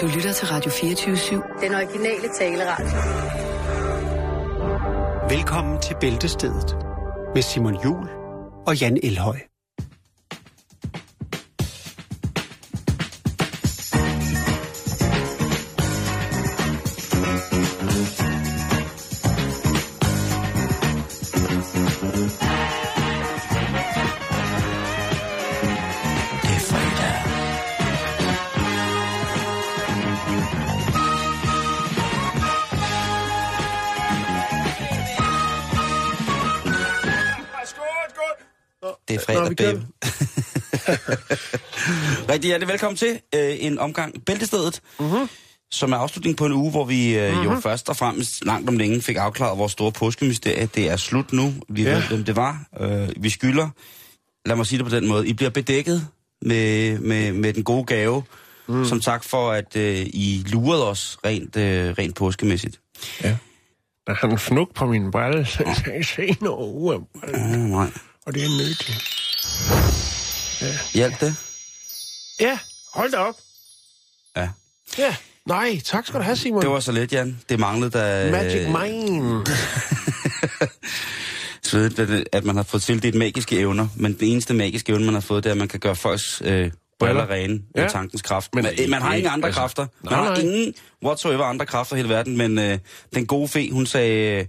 Du lytter til Radio 24/7. Den originale taleradio. Velkommen til Bæltestedet med Simon Juhl og Jan Elhøj. Det er fredag, baby. Rigtig hjertelig velkommen til en omgang Bæltestedet, som er afslutning på en uge, hvor vi jo først og fremmest langt om længe fik afklaret vores store påskemysterie. Det er slut nu. Vi ved, hvem det var. Vi skylder. Lad mig sige det på den måde. I bliver bedækket med den gode gave, som tak for, at I lurede os rent påskemæssigt. Ja. Der er en fnuk på min brille, så jeg se noget ude. Nej. Og det er nødt. Ja. Hjælp det? Ja, hold da op. Ja. Ja, nej, tak skal du have, Simon. Det var så let, Jan. Det manglede da... Magic Mind. Så at man har fået tildelt magiske evner, men den eneste magiske evne, man har fået, det er, at man kan gøre folks briller rene med tankens kraft. Men man har ingen andre kræfter. Man har ingen whatsoever andre kræfter i hele verden, men den gode fe, hun sagde...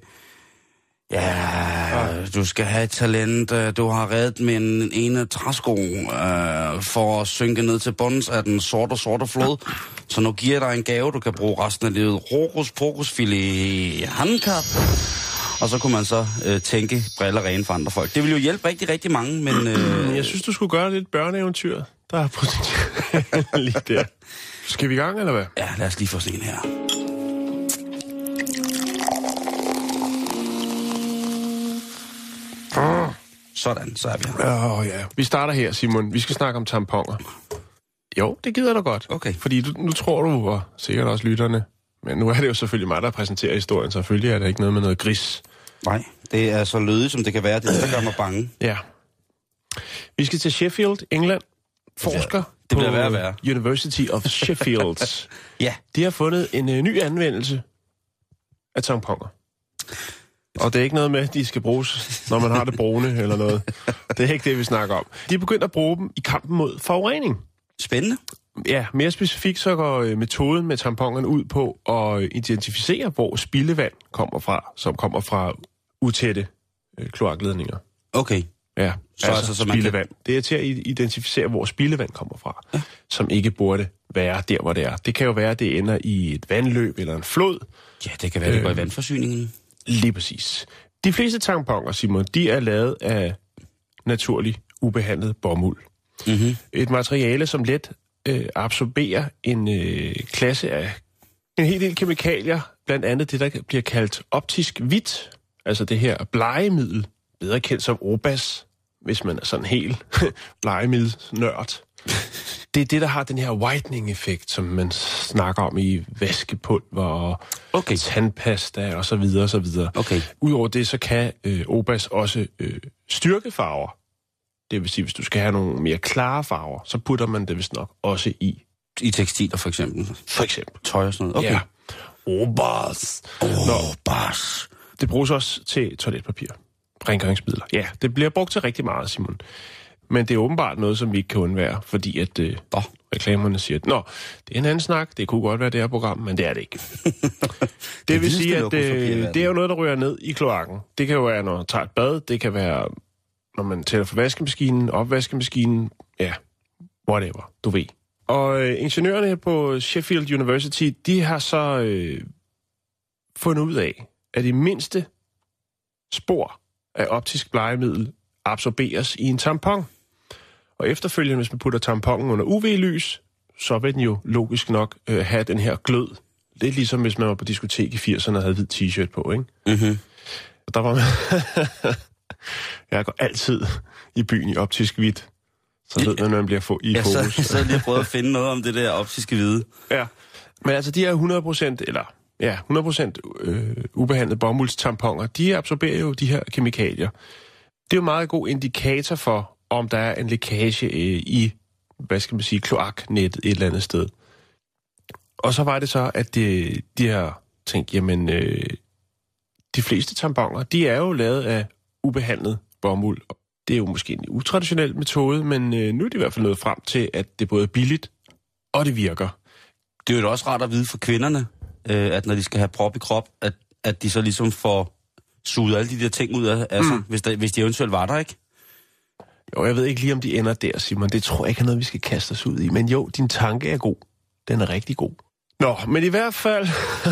Ja, du skal have et talent. Du har reddet med en ene træsko for at synke ned til bunden af den sorte flod. Så nu giver jeg dig en gave, du kan bruge resten af livet. Hokus pokus filet handkap. Og så kunne man så tænke briller rene for andre folk. Det ville jo hjælpe rigtig, rigtig mange, men... Jeg synes, du skulle gøre lidt børneeventyr. Der er potentielt lige der. Skal vi i gang, eller hvad? Ja, lad os lige få sådan en her. Sådan, så er vi her. Ja. Vi starter her, Simon. Vi skal snakke om tamponer. Jo, det gider du godt. Okay. Fordi nu tror du, og sikkert også lytterne, men nu er det jo selvfølgelig mig, der præsenterer historien, så selvfølgelig er der ikke noget med noget gris. Nej, det er så lødigt, som det kan være. Det der gør mig bange. Ja. Vi skal til Sheffield, England. Forsker det bliver værd at være. University of Sheffield. Ja. De har fundet en ny anvendelse af tamponer. Og det er ikke noget med, at de skal bruges, når man har det brune eller noget. Det er ikke det, vi snakker om. De er begyndt at bruge dem i kampen mod forurening. Spændende. Ja, mere specifikt så går metoden med tamponerne ud på at identificere, hvor spildevand kommer fra, som kommer fra utætte kloakledninger. Okay. Ja, så spildevand. Kan... Det er til at identificere, hvor spildevand kommer fra, som ikke burde være der, hvor det er. Det kan jo være, at det ender i et vandløb eller en flod. Ja, det kan være, det går i vandforsyningen. Lige præcis. De fleste tamponer, Simon, de er lavet af naturlig, ubehandlet bomuld. Mm-hmm. Et materiale, som let absorberer en klasse af en hel del kemikalier, blandt andet det, der bliver kaldt optisk hvidt, altså det her blegemiddel, bedre kendt som Obas, hvis man er sådan helt blegemiddelsnørd. Det er det, der har den her whitening-effekt, som man snakker om i vaskepulver og tandpasta og så videre og så videre. Okay. Udover det, så kan Obas også styrkefarver. Det vil sige, hvis du skal have nogle mere klare farver, så putter man det vist nok også i. I tekstiler for eksempel? For eksempel. Tøj og sådan noget? Okay. Ja. Obas. Obas. Det bruges også til toiletpapir. Rengøringsmidler. Ja, det bliver brugt til rigtig meget, Simon. Men det er åbenbart noget, som vi ikke kan undvære, fordi at reklamerne siger, at det er en anden snak, det kunne godt være det her program, men det er det ikke. Det vil sige, at det er jo noget, der ryger ned i kloakken. Det kan jo være, når man tager et bad, det kan være, når man tænder for vaskemaskinen, opvaskemaskinen, ja, whatever, du ved. Og ingeniørerne på Sheffield University, de har så fundet ud af, at de mindste spor af optisk blegemiddel absorberes i en tampon. Og efterfølgende, hvis man putter tamponen under UV-lys, så vil den jo logisk nok have den her glød. Lidt ligesom hvis man var på diskotek i 80'erne og havde hvid t-shirt på, ikke? Mhm. Og der var jeg går altid i byen i optisk hvidt. Så ved man, når man bliver i fokus. Så lige prøvet at finde noget om det der optiske hvide. Ja. Men altså, de er 100% ubehandlede bomuldstamponer, de absorberer jo de her kemikalier. Det er jo meget god indikator for, om der er en lækage i, kloaknettet et eller andet sted. Og så var det så, at de har tænkt, jamen, de fleste tamponer, de er jo lavet af ubehandlet bomuld. Det er jo måske en utraditionel metode, men nu er de i hvert fald nået frem til, at det både er billigt, og det virker. Det er jo også rart at vide for kvinderne, at når de skal have prop i krop, at de så ligesom får suget alle de der ting ud af sig, hvis de eventuelt var der, ikke? Jo, jeg ved ikke lige, om de ender der, Simon. Det tror jeg ikke er noget, vi skal kaste os ud i. Men jo, din tanke er god. Den er rigtig god. Nå, men i hvert fald...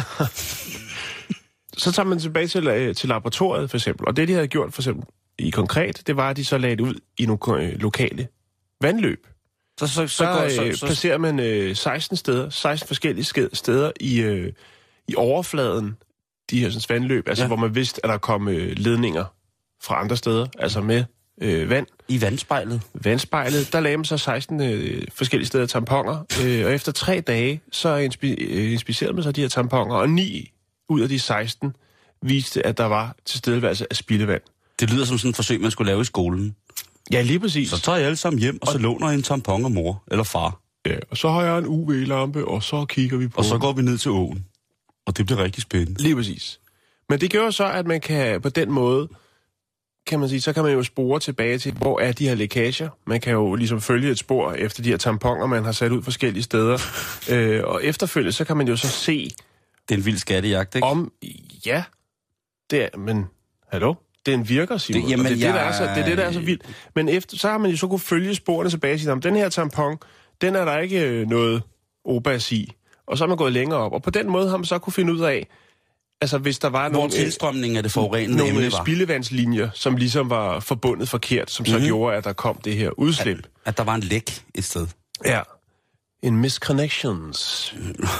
så tager man tilbage til laboratoriet, for eksempel. Og det, de havde gjort, for eksempel, i konkret, det var, at de så lagde det ud i nogle lokale vandløb. Så placerer man 16 forskellige steder i overfladen, de her sådan, vandløb, altså hvor man vidste, at der kom ledninger fra andre steder, altså med vand. I vandspejlet? Vandspejlet, der lagde man så 16 forskellige steder tamponer, og efter 3 dage, så inspicerede man så de her tamponer, og 9 ud af de 16 viste, at der var tilstedeværelse af spildevand. Det lyder som sådan et forsøg, man skulle lave i skolen. Ja, lige præcis. Så tager jeg alle sammen hjem, og så låner jeg en tampon af mor eller far. Ja, og så har jeg en UV-lampe, og så kigger vi på... Og så går vi ned til åen. Og det bliver rigtig spændende. Lige præcis. Men det gør så, at man kan på den måde, kan man sige, så kan man jo spore tilbage til, hvor er de her lækager. Man kan jo ligesom følge et spor efter de her tamponer, man har sat ud forskellige steder. Og efterfølgende, så kan man jo så se... Det er en vild skattejagt, ikke? Ja, det er... Men, hallo? Den virker, Simon. Det er det, der er så vildt. Men så har man jo så kunne følge sporene tilbage og sige, den her tampon, den er der ikke noget obas i. Og så er man gået længere op. Og på den måde har man så kunne finde ud af, altså hvis der var nogle... Hvor tilstrømningen af det forurenede emne var. Nogle spildevandslinjer, som ligesom var forbundet forkert, som så gjorde, at der kom det her udslip. At der var en læk et sted. Ja. En misconnections.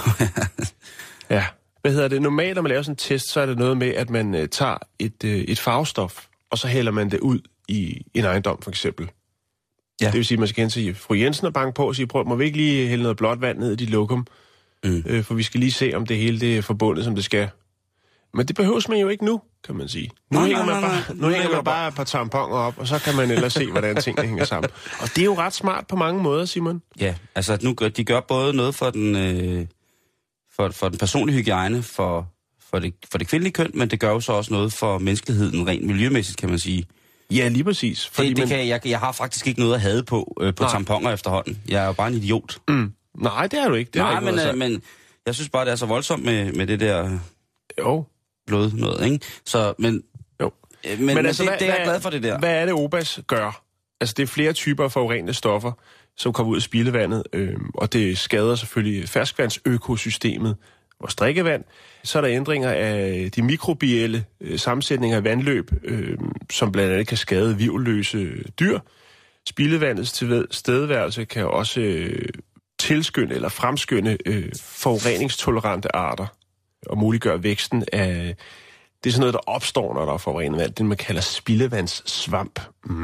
Ja. Hvad hedder det? Normalt, når man laver sådan en test, så er det noget med, at man tager et farvestof, og så hælder man det ud i en ejendom, for eksempel. Ja. Det vil sige, at man skal sige, fru Jensen er bange på og sige, prøv, må vi ikke lige hælde noget blåt vand ned i dit lokum? For vi skal lige se, om det hele det er forbundet, som det skal. Men det behøves man jo ikke nu, kan man sige. Nu hænger man bare et par tamponer op, og så kan man ellers se, hvordan tingene hænger sammen. Og det er jo ret smart på mange måder, Simon. Ja, altså de gør både noget for den... For den personlige hygiejne, for det kvindelige køn, men det gør jo så også noget for menneskeheden, rent miljømæssigt, kan man sige. Ja, lige præcis. Jeg har faktisk ikke noget at hade på tamponer efterhånden. Jeg er jo bare en idiot. Nej, det er du ikke. Men jeg synes bare, det er så voldsomt med det der blod noget, ikke? Så, men altså, det er jeg glad for det der. Hvad er det, OBAS gør? Altså, det er flere typer af forurenende stoffer, som kommer ud af spildevandet, og det skader selvfølgelig ferskvandsøkosystemet, vores drikkevand. Så er der ændringer af de mikrobielle sammensætninger af vandløb, som blandt andet kan skade hvirvelløse dyr. Spildevandets tilstedeværelse kan også tilskynde eller fremskynde forureningstolerante arter, og muliggøre væksten af... Det er sådan noget, der opstår, når der er forurenet vand. Det man kalder spildevandssvamp.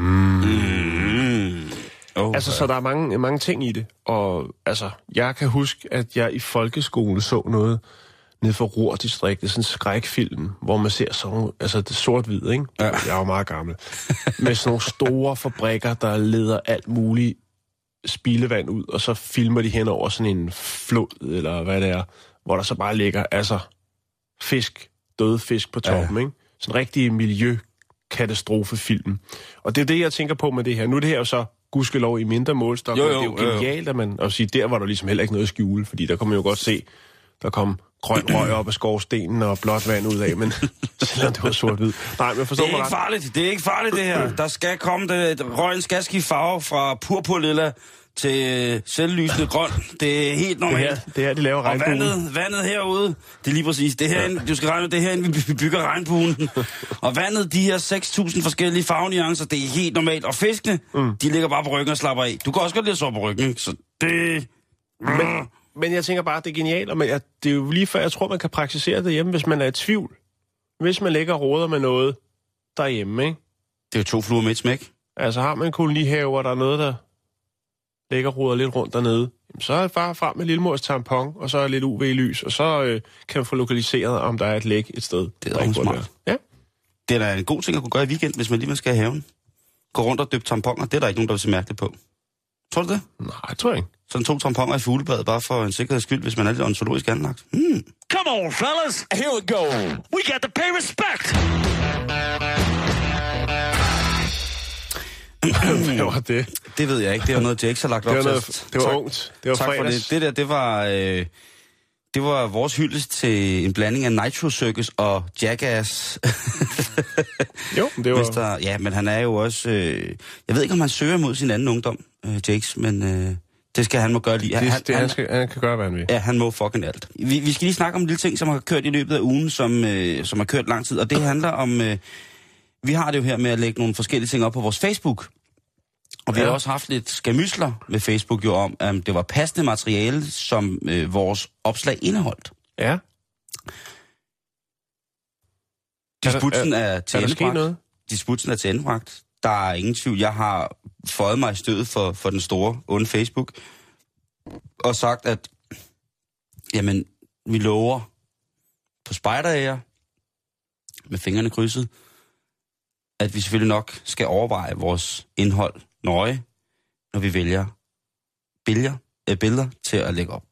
Altså, så der er mange ting i det. Og altså, jeg kan huske, at jeg i folkeskole så noget nede for Ruhr-distriktet, sådan en skrækfilm, hvor man ser sådan, altså det sort-hvid, ikke? Ja. Jeg er jo meget gammel. Med sådan nogle store fabrikker, der leder alt muligt spildevand ud, og så filmer de hen over sådan en flod, eller hvad det er, hvor der så bare ligger, altså, døde fisk på toppen, ikke? Sådan en rigtig miljøkatastrofefilm. Og det er det, jeg tænker på med det her. Nu er det her jo så gudskelov i mindre målstok. Det er jo genialt, at man sige, der var der ligesom heller ikke noget at skjule, fordi der kunne man jo godt se, der kom grøn røg op af skorstenen og blåt vand ud af, men selvom det var sort-hvid. Nej, men forstår det er ikke farligt. Det er ikke farligt, det her. Der skal komme røgen skal skifte farve fra purpurlilla til selvlysende grøn. Det er helt normalt. Det her de laver regnbuen. Og vandet herude, det er lige præcis. Det her, du skal regne med det her, vi bygger regnbuen. Og vandet, de her 6.000 forskellige farvenuancer, det er helt normalt. Og fiskene, de ligger bare på ryggen og slapper af. Du kan også godt lide at sove på ryggen, så det... Men jeg tænker bare, det er genialt, og det er jo lige før, jeg tror, man kan praktisere det hjemme, hvis man er i tvivl. Hvis man ligger og roder med noget derhjemme, ikke? Det er jo 2 fluer med et smæk. Altså har man en kolonihave, og der er noget, der ligger og roder lidt rundt dernede, så er det bare frem med lillemors tampon, og så er lidt UV-lys, og så kan man få lokaliseret, om der er et læk et sted. Det er også smart. Ja. Det er da en god ting at kunne gøre i weekend, hvis man lige skal have haven. Gå rundt og døbe tamponer, det er der ikke nogen, der vil se mærkeligt på. Tror du det? Nej, tror jeg ikke. Sådan 2 tamponer i fuglebad, bare for en sikkerheds skyld, hvis man er lidt ontologisk anlagt. Come on, fellas. Here we go. We got to pay respect. Hvad var det? Det ved jeg ikke. Det var noget, Jakes har lagt op til. Det var ungt. Det var tak fredags. for det. Det var vores hyldest til en blanding af Nitro Circus og Jackass. Jo, det var... Ja, men han er jo også... jeg ved ikke, om han søger mod sin anden ungdom, Jakes, men det skal han må gøre lige. Han kan gøre, hvad han vil. Ja, han må fucking alt. Vi skal lige snakke om en lille ting, som har kørt i løbet af ugen, som har kørt lang tid, og det handler om... vi har det jo her med at lægge nogle forskellige ting op på vores Facebook. Og vi har også haft lidt skamysler med Facebook jo om, at det var passende materiale, som vores opslag indeholdt. Ja. Disputsen er til noget? Disputsen er til endebragt. Der er ingen tvivl. Jeg har føjet mig i stødet for den store onde Facebook. Og sagt, at jamen, vi lover på spejderæger med fingrene krydset, at vi selvfølgelig nok skal overveje vores indhold nøje, når vi vælger billeder til at lægge op.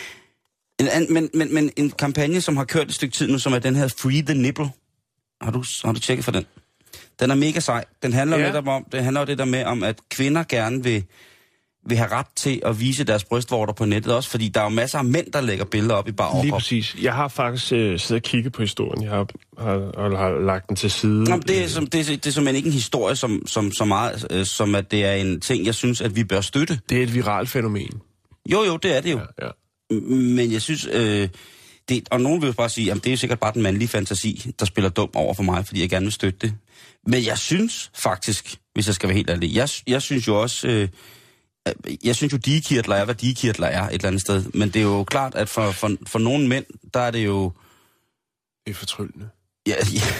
Men en kampagne, som har kørt et stykke tid nu, som er den her Free the Nipple. Har du tjekket for den? Den er mega sej. Den handler netop om, det handler jo det der med, om at kvinder gerne vil have ret til at vise deres brystvorter på nettet også, fordi der er jo masser af mænd, der lægger billeder op i bare overkrop. Lige præcis. Jeg har faktisk siddet og kigget på historien. Jeg har lagt den til side. Nå, det er simpelthen ikke en historie så meget, som at det er en ting, jeg synes, at vi bør støtte. Det er et viralt fænomen. Jo, det er det jo. Ja. Men jeg synes, og nogen vil jo bare sige, at det er jo sikkert bare den mandlige fantasi, der spiller dum over for mig, fordi jeg gerne vil støtte det. Men jeg synes faktisk, hvis jeg skal være helt ærlig, jeg synes jo også... jeg synes jo, digekirtler er, hvad digekirtler er et eller andet sted. Men det er jo klart, at for nogle mænd, der er det jo... Det er fortryllende. Ja.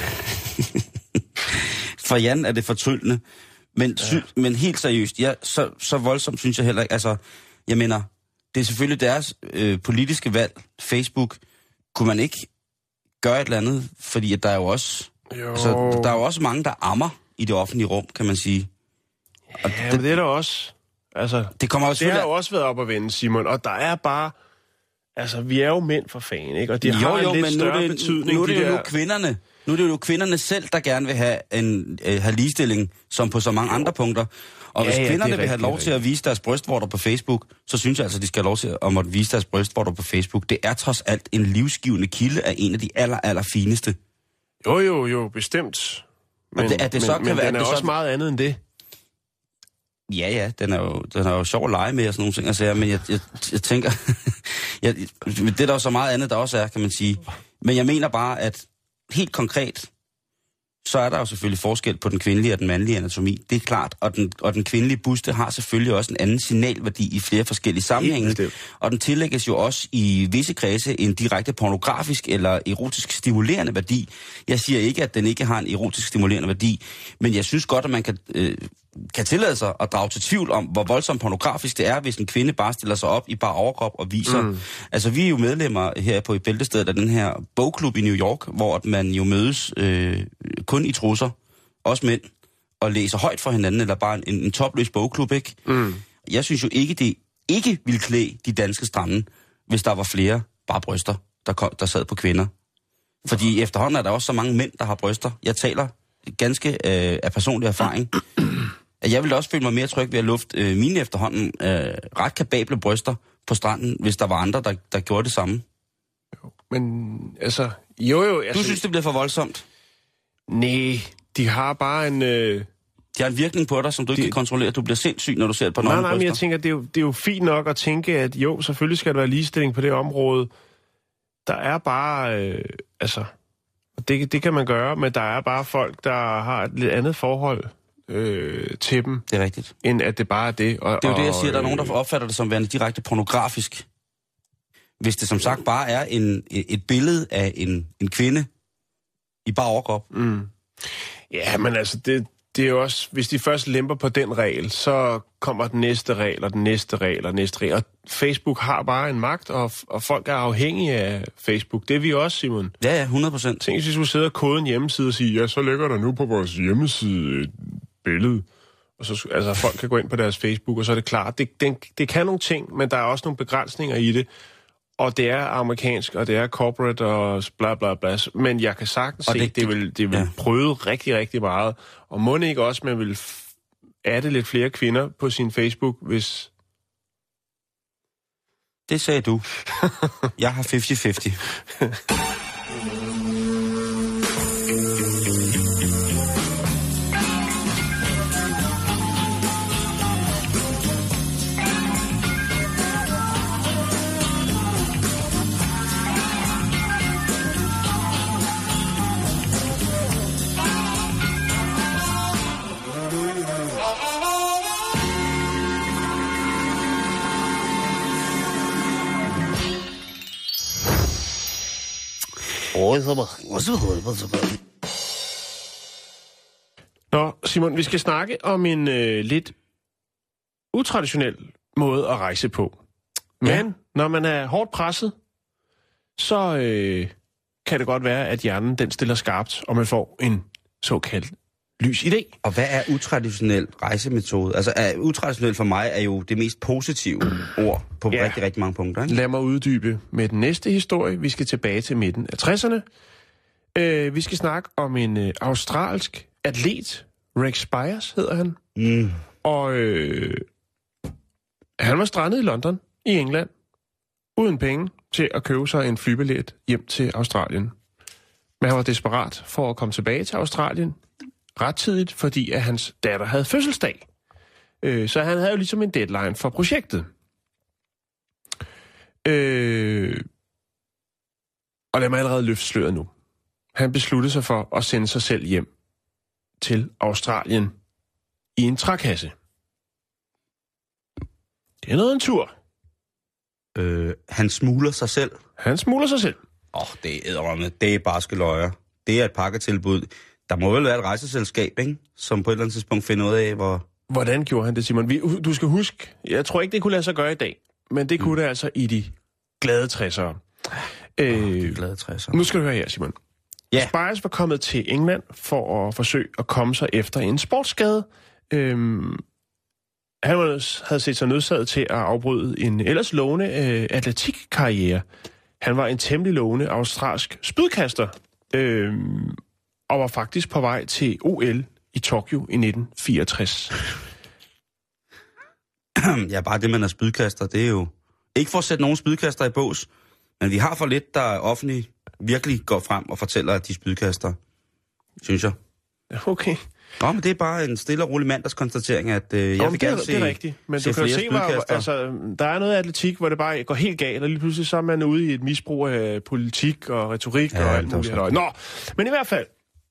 For Jan er det fortryllende. Men helt seriøst, så voldsomt synes jeg heller ikke. Altså, jeg mener, det er selvfølgelig deres politiske valg. Facebook, kunne man ikke gøre et eller andet? Fordi at der er jo også... Altså, der er jo også mange, der ammer i det offentlige rum, kan man sige. Og ja, men det er der også... Altså, det har jo også været op at vende, Simon, og der er bare... Altså, vi er jo mænd for fan, ikke? Og det har en lidt større betydning. Nu er det jo kvinderne. Nu er det jo kvinderne selv, der gerne vil have ligestilling, som på så mange andre punkter. Og hvis kvinderne vil have lov til at vise deres brystvorter på Facebook, så synes jeg altså, de skal have lov til at måtte vise deres brystvorter på Facebook. Det er trods alt en livsgivende kilde af en af de aller fineste. Jo, bestemt. Men den er også meget andet end det. Ja, den er jo sjov at lege med og sådan nogle ting, altså, men jeg tænker, det er der jo så meget andet, der også er, kan man sige. Men jeg mener bare, at helt konkret, så er der jo selvfølgelig forskel på den kvindelige og den mandlige anatomi. Det er klart, og den kvindelige buste har selvfølgelig også en anden signalværdi i flere forskellige sammenhænge. Og den tillægges jo også i visse kredse en direkte pornografisk eller erotisk stimulerende værdi. Jeg siger ikke, at den ikke har en erotisk stimulerende værdi, men jeg synes godt, at man kan tillade sig at drage til tvivl om, hvor voldsomt pornografisk det er, hvis en kvinde bare stiller sig op i bare overkrop og viser. Altså, vi er jo medlemmer her på Bæltestedet af den her bogklub i New York, hvor man jo mødes kun i trusser, også mænd, og læser højt for hinanden, eller bare en topløs bogklub, ikke? Jeg synes jo ikke, det ikke ville klæde de danske strande, hvis der var flere bare bryster, der sad på kvinder. Fordi efterhånden er der også så mange mænd, der har bryster. Jeg taler ganske af personlig erfaring. Jeg ville også føle mig mere tryg ved at lufte mine efterhånden ret kapable bryster på stranden, hvis der var andre, der gjorde det samme. Men altså, jo. Altså, du synes, det bliver for voldsomt? Nej, de har bare en... De har en virkning på dig, som du ikke kan kontrollere. Du bliver sindssyg, når du ser på nogle bryster. Nej, men jeg tænker, det er jo fint nok at tænke, at jo, selvfølgelig skal der være ligestilling på det område. Der er bare... Det kan man gøre, men der er bare folk, der har et lidt andet forhold til dem. Det er rigtigt. End at det bare er det. Og, det er jo det, jeg siger. Der er nogen, der opfatter det som værende direkte pornografisk. Hvis det som sagt bare er et billede af en kvinde i bare overkrop. Ja, men altså, det er jo også... Hvis de først lemper på den regel, så kommer den næste regel, og den næste regel, og den næste regel. Og Facebook har bare en magt, og folk er afhængige af Facebook. Det er vi også, Simon. Ja, 100%. Tænk, hvis vi sidder og kode en hjemmeside og siger, ja, så lægger der nu på vores hjemmeside et billede. Og så, altså, folk kan gå ind på deres Facebook, og så er det klart. Det kan nogle ting, men der er også nogle begrænsninger i det. Og det er amerikansk, og det er corporate, og bla bla bla. Men jeg kan sagtens se, det vil prøve rigtig, rigtig meget. Og må ikke også, man vil adde lidt flere kvinder på sin Facebook, hvis... Det sagde du. Jeg har 50-50. Nå, Simon, vi skal snakke om en lidt utraditionel måde at rejse på. Men når man er hårdt presset, så kan det godt være, at hjernen den stiller skarpt, og man får en såkaldt lys idé. Og hvad er utraditionel rejsemetode? Altså, utraditionel for mig er jo det mest positive ord på rigtig, rigtig mange punkter. Ikke? Lad mig uddybe med den næste historie. Vi skal tilbage til midten af 60'erne. Vi skal snakke om en australsk atlet. Rick Spiers hedder han. Og han var strandet i London, i England, uden penge til at købe sig en flybillet hjem til Australien. Men han var desperat for at komme tilbage til Australien rettidigt, fordi at hans datter havde fødselsdag. Så han havde jo ligesom en deadline for projektet. Og lad mig allerede løfte sløret nu. Han besluttede sig for at sende sig selv hjem til Australien i en trækasse. Det er noget af en tur. Han smugler sig selv? Han smugler sig selv. Det er æderrømme. Det er barske løjer. Det er et pakketilbud. Der må vel være et rejseselskab, ikke? Som på et eller andet tidspunkt finder ud af, hvor... Hvordan gjorde han det, Simon? Du skal huske, jeg tror ikke, det kunne lade sig gøre i dag, men det kunne det altså i de glade 60'ere. De glade 60'ere. Nu skal du høre her, Simon. Ja. Spiers var kommet til England for at forsøge at komme sig efter en sportsskade. Han havde set sig nødsaget til at afbryde en ellers lovende atletikkarriere. Han var en temmelig lovende australsk spydkaster, og var faktisk på vej til OL i Tokyo i 1964. Ja, bare det, man er spydkaster, det er jo... Ikke for at sætte nogen spydkaster i bås, men vi har for lidt, der offentligt virkelig går frem og fortæller, at de spydkaster, synes jeg. Okay. Nå, men det er bare en stille og rolig mandagskonstatering, at jeg vil gerne se. Det er rigtigt, men du kan jo se, der er noget atletik, hvor det bare går helt galt, og lige pludselig så er man ude i et misbrug af politik og retorik og alt muligt. Nå, men i hvert fald,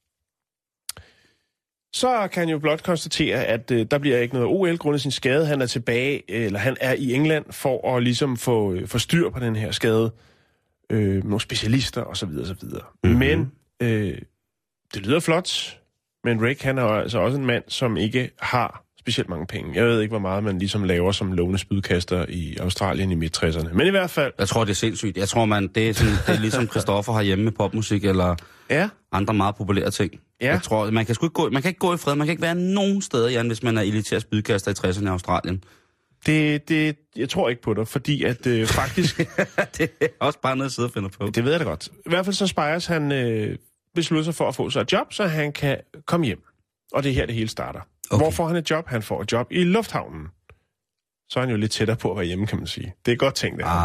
så kan jeg jo blot konstatere, at der bliver ikke noget OL grundet sin skade. Han er tilbage, eller han er i England for at ligesom få styr på den her skade. Nogle specialister og så videre, så videre. Mm-hmm. Men det lyder flot. Men Rick, han er altså også en mand, som ikke har specielt mange penge. Jeg ved ikke, hvor meget man ligesom laver som lovende spydkaster i Australien i midt-60'erne. Men i hvert fald... Jeg tror, det er sindssygt. Jeg tror, det er ligesom Christoffer har hjemme med popmusik eller andre meget populære ting. Ja. Jeg tror, man kan ikke gå i fred. Man kan ikke være nogen steder, Jan, hvis man er elitær spydkaster i 60'erne i Australien. Jeg tror ikke på dig, fordi at faktisk... det er også bare noget at sidde og finde på. Det ved jeg da godt. I hvert fald så Spiers, han... beslutter sig for at få sig et job, så han kan komme hjem. Og det er her, det hele starter. Okay. Hvor får han et job? Han får et job i lufthavnen. Så er han jo lidt tættere på at være hjemme, kan man sige. Det er godt tænkt, det her.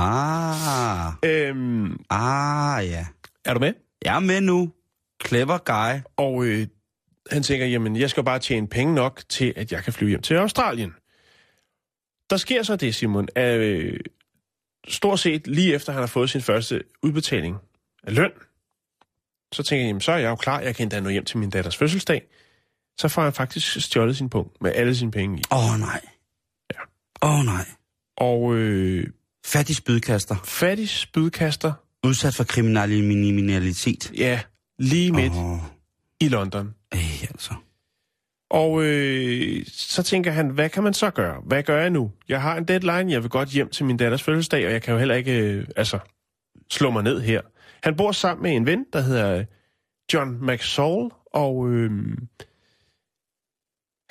Ja. Er du med? Jeg er med nu. Clever guy. Og han tænker, jamen, jeg skal bare tjene penge nok til, at jeg kan flyve hjem til Australien. Der sker så det, Simon, at stort set lige efter, han har fået sin første udbetaling af løn, så tænker jeg, jamen, så er jeg jo klar, jeg kan endda nå hjem til min datters fødselsdag. Så får han faktisk stjålet sin punkt med alle sine penge i. Nej. Ja. Nej. Og fattig spydkaster. Fattig spydkaster. Udsat for kriminalitet. Ja, lige midt i London. Altså. Og så tænker han, hvad kan man så gøre? Hvad gør jeg nu? Jeg har en deadline, jeg vil godt hjem til min datters fødselsdag, og jeg kan jo heller ikke slå mig ned her. Han bor sammen med en ven, der hedder John McSaul, og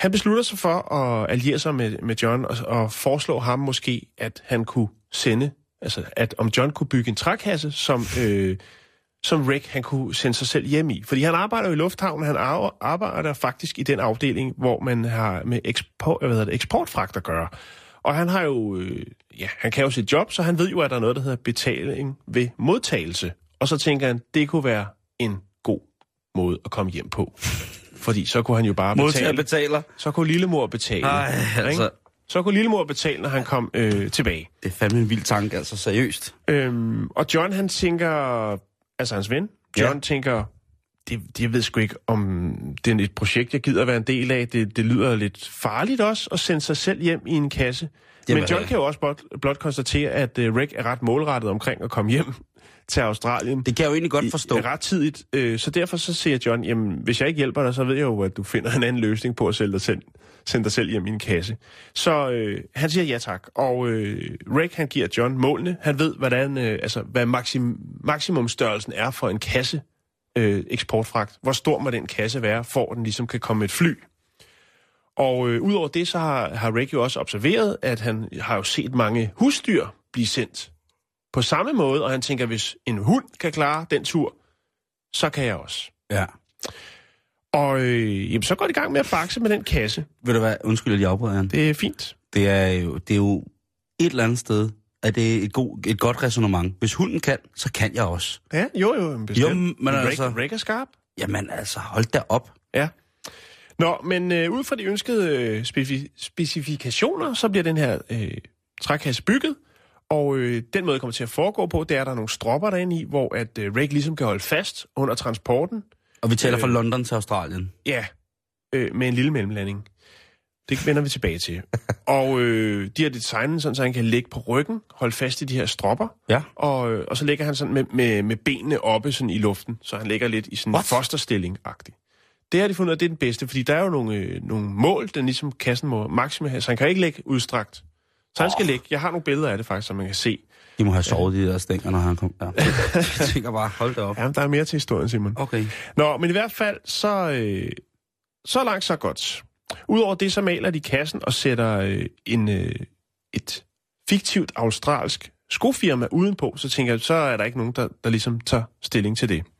Han beslutter sig for at alliere sig med John og foreslå ham måske, at han kunne sende, altså at om John kunne bygge en trækasse, som Rick han kunne sende sig selv hjem i. Fordi han arbejder jo i lufthavnen, han arbejder faktisk i den afdeling, hvor man har med eksportfragt at gøre. Og han har jo, han kan jo sit job, så han ved jo, at der er noget, der hedder betaling ved modtagelse. Og så tænker han, det kunne være en god måde at komme hjem på. Fordi så kunne han jo bare betale. Betaler. Så kunne lillemor betale. Ej, altså. Så kunne lillemor betale, når han kom tilbage. Det er fandme en vild tanke, altså seriøst. Og John, han tænker, altså hans ven, John tænker, jeg ved sgu ikke, om det er et projekt, jeg gider være en del af. Det lyder lidt farligt også, at sende sig selv hjem i en kasse. Jamen, men John kan jo også blot konstatere, at Rick er ret målrettet omkring at komme hjem til Australien. Det kan jeg jo egentlig godt forstå. Ret tidigt. Så derfor så siger John, jamen, hvis jeg ikke hjælper dig, så ved jeg jo, at du finder en anden løsning på at sende dig selv hjem i en kasse. Så han siger ja tak. Og Rick, han giver John målene. Han ved, hvad maksimumstørrelsen er for en kasse eksportfragt. Hvor stor må den kasse være, for at den ligesom kan komme et fly. Og udover det, så har Rick jo også observeret, at han har jo set mange husdyr blive sendt på samme måde, og han tænker, hvis en hund kan klare den tur, så kan jeg også. Ja. Og så går det i gang med at bakse med den kasse. Ved du hvad? Undskyld, at jeg afbryder, Jan. Det er fint. Det er jo et eller andet sted, at det er et godt ræsonnement. Hvis hunden kan, så kan jeg også. Ja, jo, bestemt. Men altså, Rick er skarp. Jamen altså, hold da op. Ja. Nå, men ud fra de ønskede specifikationer, så bliver den her trækasse bygget. Og den måde, det kommer til at foregå på, det er, at der er nogle stropper derinde i, hvor at Rick ligesom kan holde fast under transporten. Og vi taler fra London til Australien. Ja, med en lille mellemlanding. Det vender vi tilbage til. Og de har designet sådan, så han kan ligge på ryggen, holde fast i de her stropper. Ja. Og så ligger han sådan med benene oppe sådan i luften, så han ligger lidt i sådan en fosterstilling-agtig. Det har de fundet ud af, det er den bedste, fordi der er jo nogle mål, den ligesom kassen må maksimum have, så han kan ikke ligge udstrakt. Så han skal ligge. Jeg har nogle billeder af det faktisk, som man kan se. De må have sovet de der stænger, når han kom. Ja. Jeg tænker bare, hold det op. Ja, der er mere til historien, Simon. Okay. Nå, men i hvert fald, så langt, så godt. Udover det, så maler de kassen og sætter et fiktivt australsk skofirma udenpå. Så tænker jeg, så er der ikke nogen, der ligesom tager stilling til det.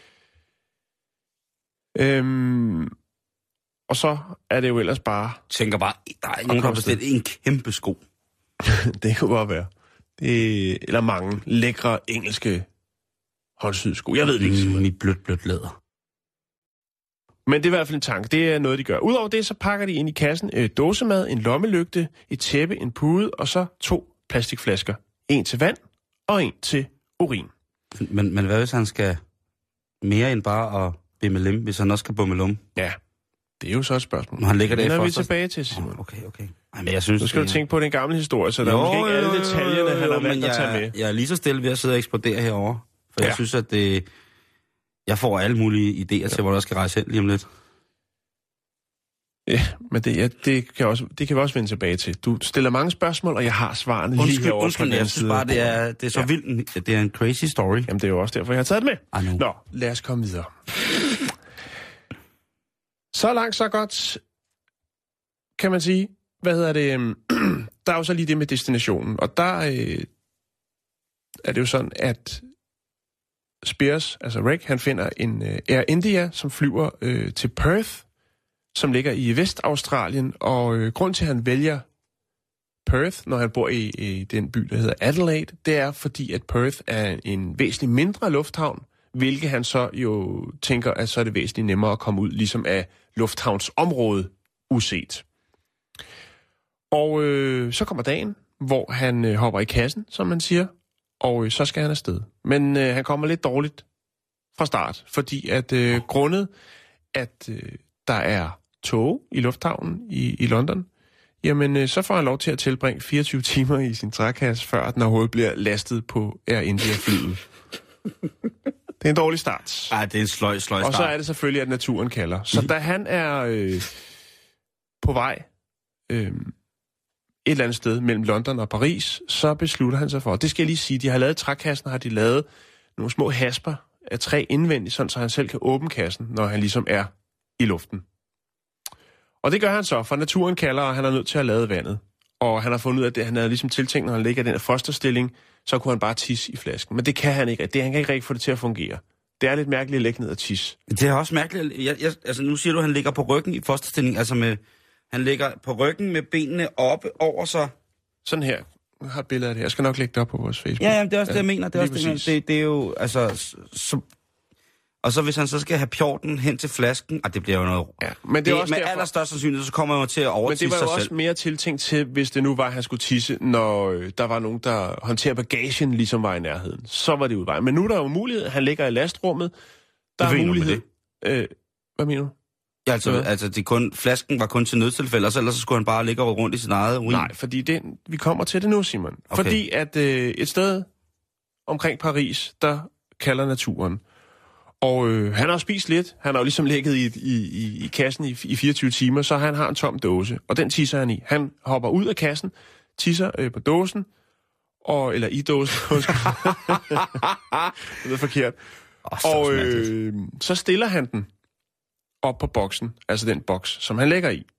Og så er det jo ellers bare... Tænker bare, der er nogen, der har bestilt en kæmpe sko. Det kunne godt være. Eller mange lækre engelske håndsyede sko. Jeg ved det ikke. I blødt læder. Men det er i hvert fald en tanke. Det er noget, de gør. Udover det, så pakker de ind i kassen dåsemad, en lommelygte, et tæppe, en pude, og så 2 plastikflasker. En til vand, og en til urin. Men hvad hvis han skal mere end bare at bimmelem, hvis han også skal bummelum? Ja, det er jo så et spørgsmål. Når han ligger der det er vi tilbage til, Simon. Okay. Ej, men jeg synes, nu skal du tænke på den gamle historie, så der er måske ikke alle detaljerne, han har valgt at tage med. Jeg er lige så stille ved at sidde og eksplodere herovre. For jeg synes, at jeg får alle mulige idéer til, hvor der skal rejse hen lige om lidt. Ja, men det kan vi også vende tilbage til. Du stiller mange spørgsmål, og jeg har svarene lige herovre. Undskyld, jeg synes bare, det er så vildt. Det er en crazy story. Jamen, det er jo også derfor, jeg har taget det med. Nå, lad os komme videre. Så langt, så godt, kan man sige. Der er jo så lige det med destinationen, og der er det jo sådan, at Spears, altså Rick, han finder en Air India, som flyver til Perth, som ligger i Vestaustralien, og grund til, at han vælger Perth, når han bor i den by, der hedder Adelaide, det er fordi, at Perth er en væsentligt mindre lufthavn, hvilket han så jo tænker, at så er det væsentligt nemmere at komme ud ligesom af lufthavnsområdet uset. Og så kommer dagen, hvor han hopper i kassen, som man siger, og så skal han afsted. Men han kommer lidt dårligt fra start, fordi at grundet, at der er tog i lufthavnen i London, jamen så får han lov til at tilbringe 24 timer i sin trækasse, før den overhovedet bliver lastet på Air India-flyet. Det er en dårlig start. Ej, det er en sløj start. Og så er det selvfølgelig, at naturen kalder. Så da han er på vej et eller andet sted mellem London og Paris, så beslutter han sig for, det skal jeg lige sige, de har lavet trækassen, har de lavet nogle små hasper af træ indvendigt, sådan så han selv kan åbne kassen, når han ligesom er i luften. Og det gør han så, for naturen kalder, og han er nødt til at lade vandet. Og han har fundet ud af, at han havde ligesom tiltænkt, når han ligger i den her fosterstilling, så kunne han bare tisse i flasken. Men det kan han ikke. Han kan ikke rigtig få det til at fungere. Det er lidt mærkeligt at lægge ned og tisse. Det er også mærkeligt. Altså nu siger du, at han ligger på ryggen i fosterstilling. Altså han ligger på ryggen med benene oppe over sig. Sådan her. Jeg har et billede af det. Jeg skal nok lægge det op på vores Facebook. Ja, det er også det, jeg mener. Det er også det er jo, altså... Og så hvis han så skal have pjorten hen til flasken, det bliver jo noget... Ja, men det er også med allerstørst sandsynlighed, så kommer han jo til at overtisse sig selv. Men det var jo også mere tiltænkt til, hvis det nu var, at han skulle tisse, når der var nogen, der håndterer bagagen, ligesom var i nærheden. Så var det udvejen. Men nu er der jo mulighed. Han ligger i lastrummet. Der er mulighed. Hvad mener du? Ja, altså flasken var kun til nødstilfælde, og så ellers så skulle han bare ligge og rundt i sin eget urin. Nej, fordi vi kommer til det nu, Simon. Okay. Fordi at et sted omkring Paris, der kalder naturen. Og han har spist lidt. Han har jo ligesom ligget i kassen i 24 timer, så han har en tom dåse. Og den tisser han i. Han hopper ud af kassen, tisser på dåsen, eller i dåsen. Det er forkert. Og så stiller han den op på boksen, altså den boks, som han lægger i.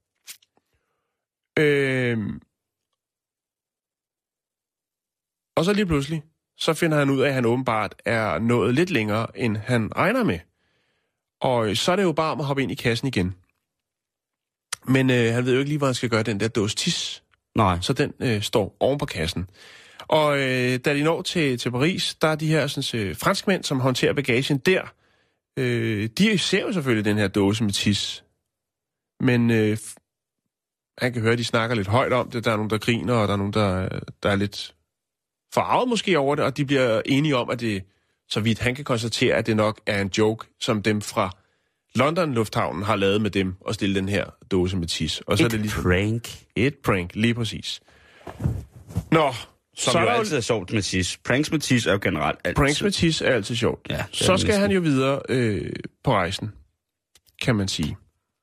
Og så lige pludselig, så finder han ud af, at han åbenbart er nået lidt længere, end han regner med. Og så er det jo bare om at hoppe ind i kassen igen. Men han ved jo ikke lige, hvor han skal gøre den der dåse tis. Nej. Så den står oven på kassen. Og da de når til Paris, der er de her franskmænd, som håndterer bagagen der. De ser jo selvfølgelig den her dåse med tis. Men han kan høre, at de snakker lidt højt om det. Der er nogen, der griner, og der er nogen, der er lidt forarvet måske over det, og de bliver enige om, at det, så vidt han kan konstatere, at det nok er en joke, som dem fra London Lufthavnen har lavet med dem, og stille den her dåse med tis. Og så er det ligesom prank. Et prank, lige præcis. Nå, som jo altid er sjovt med tis. Pranks med tis er jo generelt altid. Pranks med tis er altid sjovt. Ja, så skal han jo videre på rejsen, kan man sige.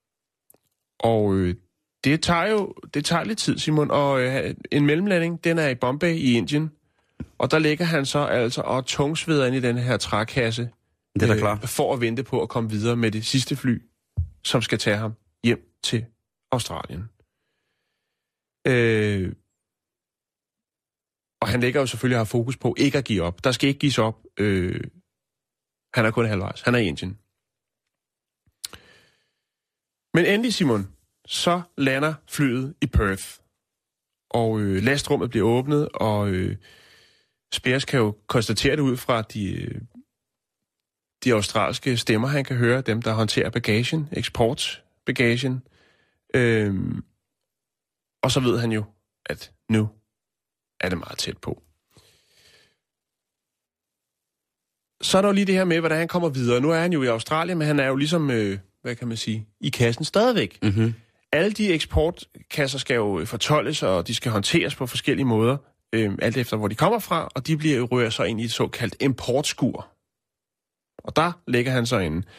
Og det tager lidt tid, Simon, og en mellemlanding, den er i Bombay i Indien. Og der ligger han så altså og tungsveder ind i den her trækasse. Det er da klart. For at vente på at komme videre med det sidste fly, som skal tage ham hjem til Australien. Og han lægger jo selvfølgelig at have fokus på ikke at give op. Der skal ikke gives op. Han er kun halvvejs. Han er i Indien. Men endelig, Simon, så lander flyet i Perth. Og lastrummet bliver åbnet, og Spears kan jo konstatere det ud fra de australske stemmer, han kan høre, dem der håndterer bagagen, eksportbagagen. Og så ved han jo, at nu er det meget tæt på. Så er der jo lige det her med, hvordan han kommer videre. Nu er han jo i Australien, men han er jo ligesom, hvad kan man sige, i kassen stadigvæk. Mm-hmm. Alle de eksportkasser skal jo fortoldes, og de skal håndteres på forskellige måder, alt efter hvor de kommer fra, og de rører så ind i et såkaldt importskur. Og der ligger han så inde.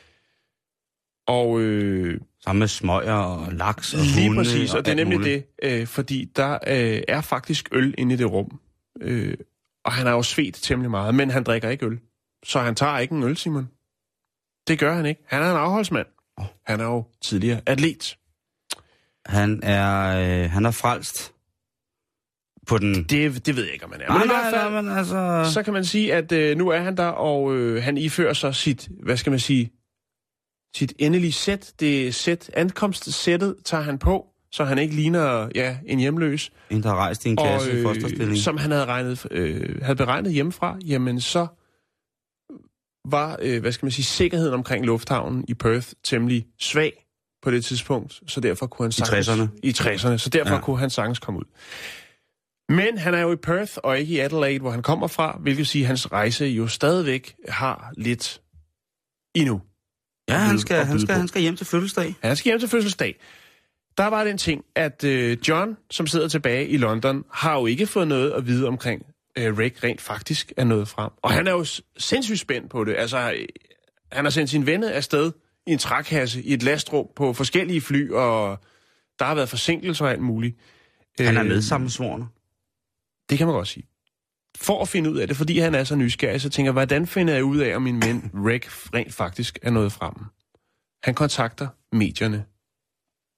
Og sammen med smøger og laks og lige hunde. Præcis, og det er nemlig det, fordi der er faktisk øl inde i det rum. Og han har jo svedt temmelig meget, men han drikker ikke øl. Så han tager ikke en øl, Simon. Det gør han ikke. Han er en afholdsmand. Han er jo tidligere atlet. Han er frelst på den... Det ved jeg ikke, om han er. Men i hvert fald, men altså... så kan man sige, at nu er han der, og han ifører sig sit, hvad skal man sige, sit endelige sæt. Det sæt, ankomstsættet tager han på, så han ikke ligner en hjemløs. En, der har rejst i en kasse i fosterstilling. Som han havde beregnet hjemmefra, jamen så var, hvad skal man sige, sikkerheden omkring lufthavnen i Perth temmelig svag på det tidspunkt, så derfor kunne han sagtens... I 60'erne, så derfor kunne han sagtens komme ud. Men han er jo i Perth, og ikke i Adelaide, hvor han kommer fra, hvilket sige, at hans rejse jo stadigvæk har lidt endnu. Ja, han skal hjem til fødselsdag. Han skal hjem til fødselsdag. Der var den ting, at John, som sidder tilbage i London, har jo ikke fået noget at vide omkring Rick rent faktisk er nået frem. Og han er jo sindssygt spændt på det. Altså, han har sendt sin venner afsted i en trækasse, i et lastrum på forskellige fly, og der har været forsinkelser og alt muligt. Han er medsammensvorene. Det kan man godt sige. For at finde ud af det, fordi han er så nysgerrig, så tænker jeg, hvordan finder jeg ud af, om min ven Rick rent faktisk er nået frem? Han kontakter medierne.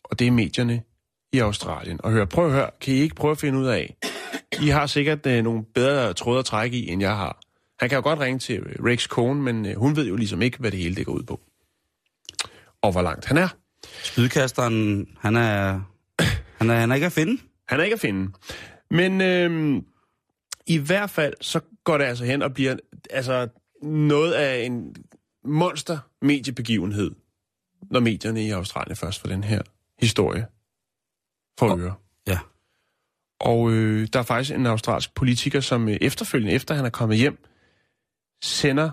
og det er medierne i Australien. Og prøv at høre, kan I ikke prøve at finde ud af, I har sikkert nogle bedre tråde at trække i, end jeg har. Han kan jo godt ringe til Rex kone, men hun ved jo ligesom ikke, hvad det hele det går ud på. Og hvor langt han er. Spydkasteren, han er ikke at finde. Han er ikke at finde. Men i hvert fald, så går det altså hen og bliver noget af en monster-mediebegivenhed, når medierne i Australien først får den her historie for øre. Ja. Og der er faktisk en australsk politiker, som efterfølgende, efter han er kommet hjem, sender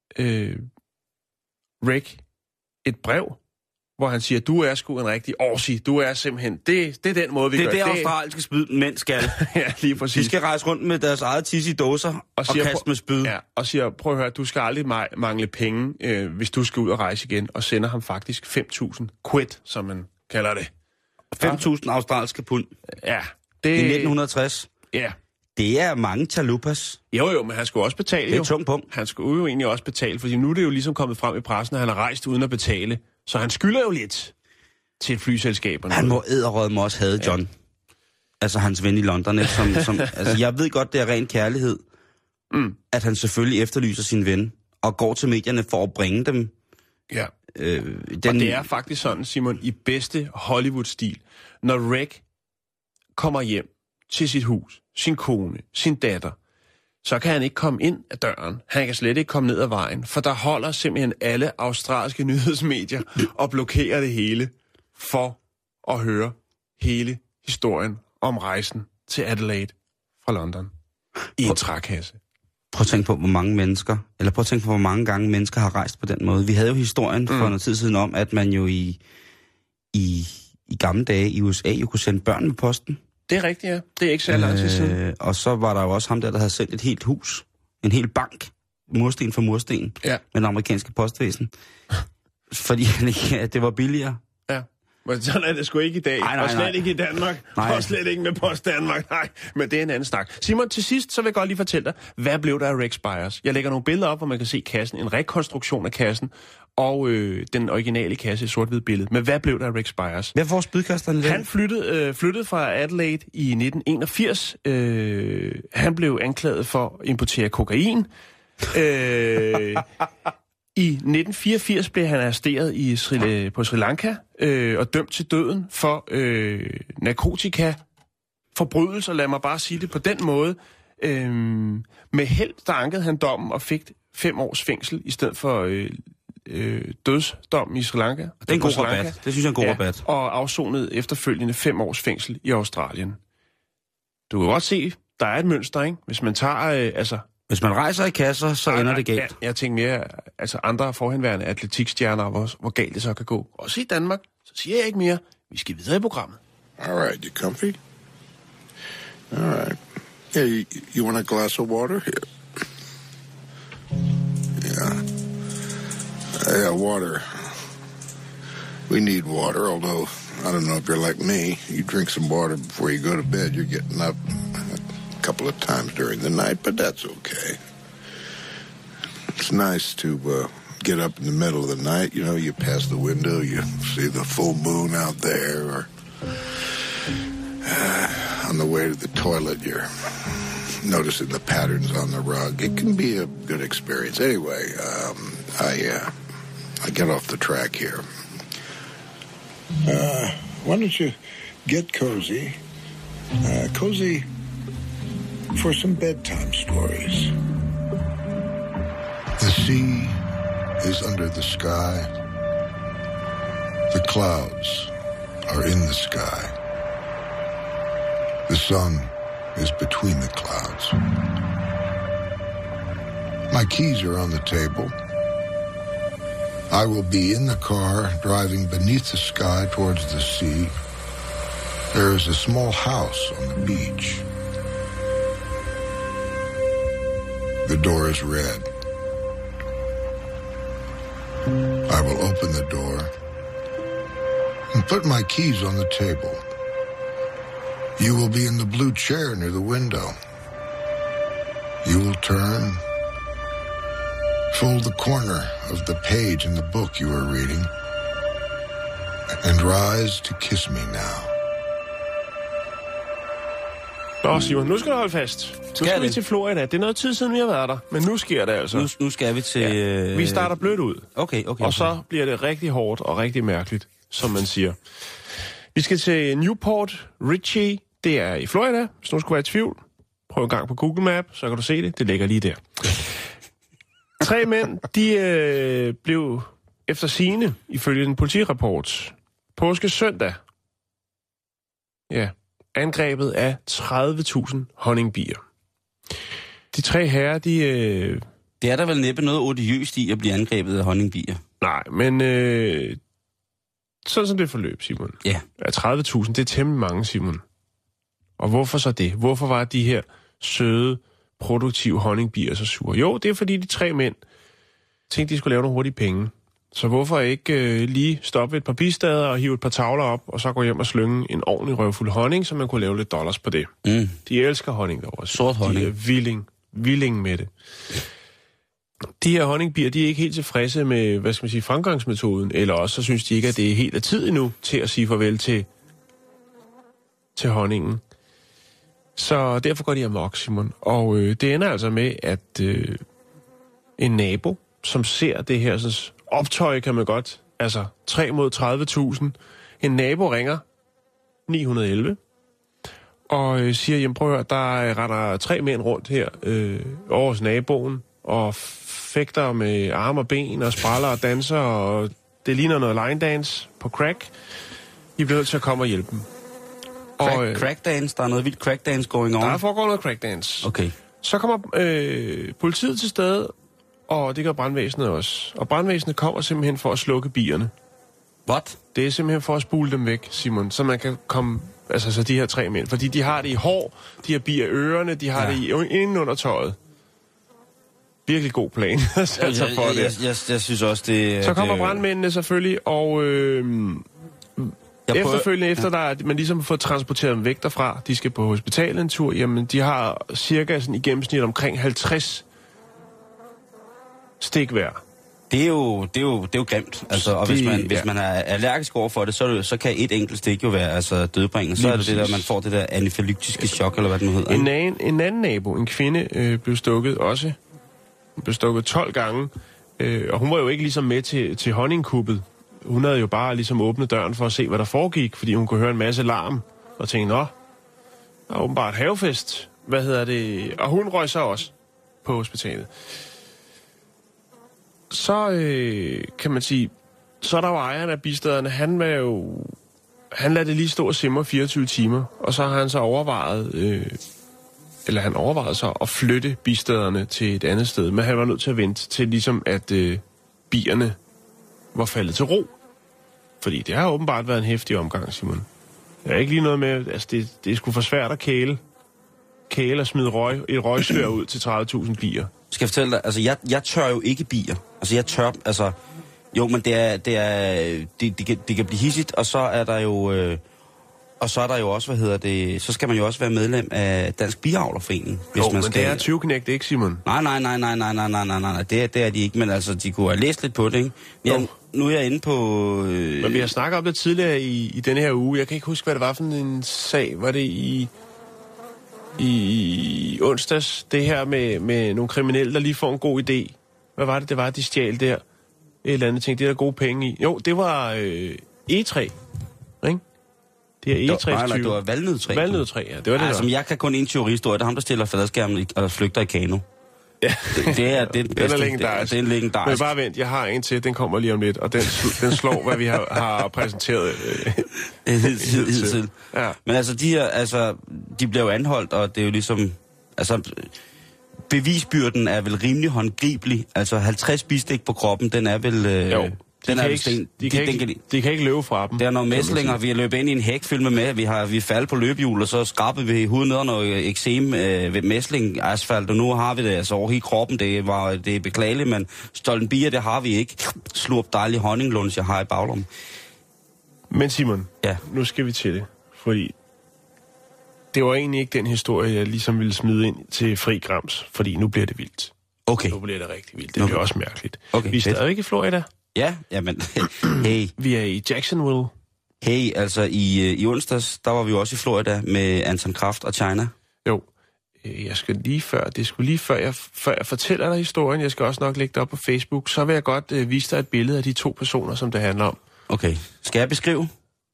Rick et brev, hvor han siger, du er sgu en rigtig Aussie, du er simpelthen, det er den måde, vi gør det. Det er det, australske spydmænd skal. Ja, lige præcis. De skal rejse rundt med deres eget tis i dåser og kaste med spyd. Ja, og siger, prøv at høre, du skal aldrig mangle penge, hvis du skal ud og rejse igen, og sender ham faktisk 5.000 quid, som man kalder det. 5.000 australske pund. Ja. Det... I 1960. Ja. Det er mange chalupas. Jo, men han skulle også betale. Det er et tungt punkt. Han skulle jo egentlig også betale, fordi nu er det jo ligesom kommet frem i pressen, at han har rejst uden at betale. Så han skylder jo lidt til et flyselskab. Han må edderrødme også have John. Ja. Altså hans ven i London. Ikke? Som, altså, jeg ved godt, det er ren kærlighed, at han selvfølgelig efterlyser sin ven, og går til medierne for at bringe dem. Ja. Og det er faktisk sådan, Simon, i bedste Hollywood-stil. Når Rick kommer hjem til sit hus, sin kone, sin datter, så kan han ikke komme ind ad døren. Han kan slet ikke komme ned ad vejen, for der holder simpelthen alle australske nyhedsmedier og blokerer det hele for at høre hele historien om rejsen til Adelaide fra London i en trækasse. Prøv at tænke på, hvor mange mennesker, eller prøv at tænke på, hvor mange gange mennesker har rejst på den måde. Vi havde jo historien for noget tid siden om, at man jo i gamle dage i USA jo kunne sende børn med posten. Det er rigtigt, ja. Det er ikke så lang tid siden. Og så var der jo også ham der havde sendt et helt hus, en hel bank, mursten for mursten, med den amerikanske postvæsen. Fordi det var billigere. Ja, men sådan er det sgu ikke i dag. Nej. Og slet ikke i Danmark. Nej. Og slet ikke med Post Danmark. Nej, men det er en anden snak. Simon, til sidst, så vil jeg godt lige fortælle dig, hvad blev der af Rex Byers? Jeg lægger nogle billeder op, hvor man kan se kassen, en rekonstruktion af kassen, og den originale kasse i sort-hvid billede. Men hvad blev der af Rex Byers? Hvad får spydkasteren? Han flyttede fra Adelaide i 1981. Han blev anklaget for at importere kokain. I 1984 blev han arresteret på Sri Lanka og dømt til døden for narkotikaforbrydelser. Lad mig bare sige det på den måde. Med held, der ankede han dommen og fik 5 års fængsel i stedet for dødsdom i Sri Lanka. Det er en god rabat. Det synes jeg er en god rabat. Og afsonede efterfølgende 5 års fængsel i Australien. Du kan godt se, der er et mønster, ikke? Hvis man tager, Hvis man rejser i kasser, så ender det galt. Jeg tænker mere, andre forhenværende atletikstjerner, hvor galt det så kan gå. Også i Danmark, så siger jeg ikke mere. Vi skal videre i programmet. All right, you comfy? All right. Yeah, you want a glass of water? Here. Yeah, water. We need water, although I don't know if you're like me. You drink some water before you go to bed. You're getting up a couple of times during the night, but that's okay. It's nice to get up in the middle of the night. You know, you pass the window, you see the full moon out there, or on the way to the toilet, you're noticing the patterns on the rug. It can be a good experience. Anyway, I get off the track here. Why don't you get cozy? Cozy for some bedtime stories. The sea is under the sky. The clouds are in the sky. The sun is between the clouds. My keys are on the table. I will be in the car driving beneath the sky towards the sea. There is a small house on the beach. The door is red. I will open the door and put my keys on the table. You will be in the blue chair near the window. You will turn, fold the corner of the page in the book you are reading, and rise to kiss me now. Nå, Simon, nu skal du holde fast. Nu skal vi til Florida. Det er noget tid siden, vi har været der, men nu sker det altså. Nu skal vi til... Ja. Vi starter blødt ud. Okay. Og så bliver det rigtig hårdt og rigtig mærkeligt, som man siger. Vi skal til Newport Richey. Det er i Florida, hvis nu skulle være i tvivl. Prøv en gang på Google Map, så kan du se det. Det ligger lige der. 3 mænd, de blev efter sigende, ifølge en politirapport, påskesøndag, angrebet af 30.000 honningbier. De 3 herrer, de... Det er der vel næppe noget odiøst i at blive angrebet af honningbier. Nej, men sådan som det forløb, Simon. Ja. 30.000, det er temmelig mange, Simon. Og hvorfor så det? Hvorfor var de her søde, produktive honningbier så sure? Jo, det er fordi de 3 mænd tænkte, de skulle lave nogle hurtige penge. Så hvorfor ikke lige stoppe et par bistader og hive et par tavler op, og så gå hjem og slynge en ordentlig røvfuld honning, så man kunne lave lidt dollars på det. Mm. De elsker honning derovre. Sort honning. De er villing med det. De her honningbier, de er ikke helt tilfredse med, hvad skal man sige, fremgangsmetoden, eller også så synes de ikke, at det er helt af tid endnu til at sige farvel til honningen. Så derfor går de amok, Simon. Og det ender altså med, at en nabo, som ser det her sådan, optøj, kan man godt, altså 3 mod 30.000, en nabo ringer 911 og siger, jamen prøv at høre, der render 3 mænd rundt her over hos naboen, og fægter med arme og ben, og spræller og danser, og det ligner noget line dance på crack. I bliver nødt til at komme og hjælpe dem. Crack dance? Der er noget vildt crack dance going on? Der foregår noget crack dance. Okay. Så kommer politiet til stede, og det gør brandvæsenet også. Og brandvæsenet kommer simpelthen for at slukke bierne. What? Det er simpelthen for at spule dem væk, Simon, så man kan komme... Altså, så de her 3 mænd. Fordi de har det i hår, de har bier i ørerne, de har det inden under tøjet. Virkelig god plan. Jeg synes også, det... Så kommer brandmændene selvfølgelig, og efterfølgende, efter man ligesom har fået transporteret dem væk derfra, de skal på hospitalet en tur, jamen de har cirka sådan, i gennemsnit omkring 50 stik hver. Det er jo grimt. Altså, og hvis man er allergisk over for det, så kan et enkelt stik jo være altså dødbringende. Så er det det der, man får det der anafylaktiske chok, eller hvad det nu hedder. En anden nabo, en kvinde, blev stukket også. Hun blev stukket 12 gange. Og hun var jo ikke ligesom med til honningkuppet. Hun havde jo bare ligesom åbnet døren for at se, hvad der foregik, fordi hun kunne høre en masse larm. Og tænkte, der er åbenbart havefest. Og hun røg så også på hospitalet. Så kan man sige, så er der jo ejeren af bistaderne, han lader det lige stå og simre 24 timer, og så har han så overvejet så at flytte bistaderne til et andet sted, men han var nødt til at vente til ligesom, at bierne var faldet til ro. Fordi det har åbenbart været en heftig omgang, Simon. Jeg er ikke lige noget med, altså det er sgu for svært at kæle og smide et røgsvær ud til 30.000 bier. Skal jeg fortælle dig, altså jeg tør jo ikke bier. Altså jeg tør, altså jo, men det kan blive hissigt, og så er der jo også, så skal man jo også være medlem af Dansk Biavlerforening. Hvis man skal... det er 20-knægt, ikke, Simon? Nej, det er de ikke, men altså, de kunne have læst lidt på det, ikke? Nu er jeg inde på... Men vi har snakket om det tidligere i denne her uge. Jeg kan ikke huske, hvad det var for en sag. Var det i onsdags, det her med nogle kriminelle, der lige får en god idé? Hvad var det, de stjal der? Et eller andet ting, det er der gode penge i. Jo, det var E3, ikke? Det er E3's det var valnødtræ. Valnødtræ, ja. Det var det, altså, jeg kan kun en teorihistorie. Det er ham, der stiller fladskærmen og flygter i kano. Ja. Det er det bedste. Den er legendarisk. Det er legendarisk. Men bare vent, jeg har en til, den kommer lige om lidt, og den slår, hvad vi har præsenteret hidtil. Ja. Men altså, de bliver jo anholdt, og det er jo ligesom... Altså, bevisbyrden er vel rimelig håndgribelig. Altså, 50 bistik på kroppen, den er vel... De kan ikke løbe fra dem. Der er nogle mæslinger, vi har løbet ind i en hækfilme med, vi er faldet på løbehjul, og så skrabede vi hovedet ned noget eksem ved mæsling-asfalt, og nu har vi det altså over hele kroppen, det er beklageligt, men stolten bier, det har vi ikke. Slurp dejlig honninglunds, jeg har i baglommen. Men Simon, nu skal vi til det, fordi det var egentlig ikke den historie, jeg ligesom ville smide ind til Fri Grams, fordi nu bliver det vildt. Okay. Nu bliver det rigtig vildt, det bliver også mærkeligt. Okay, vi er stadig i Florida. Ja, jamen, hey. Vi er i Jacksonville, Hey, altså i onsdags, der var vi jo også i Florida med Anton Kraft og China. Jo. Jeg skal lige før jeg fortæller dig historien, jeg skal også nok lægge det op på Facebook, så vil jeg godt vise dig et billede af de 2 personer, som det handler om. Okay. Skal jeg beskrive?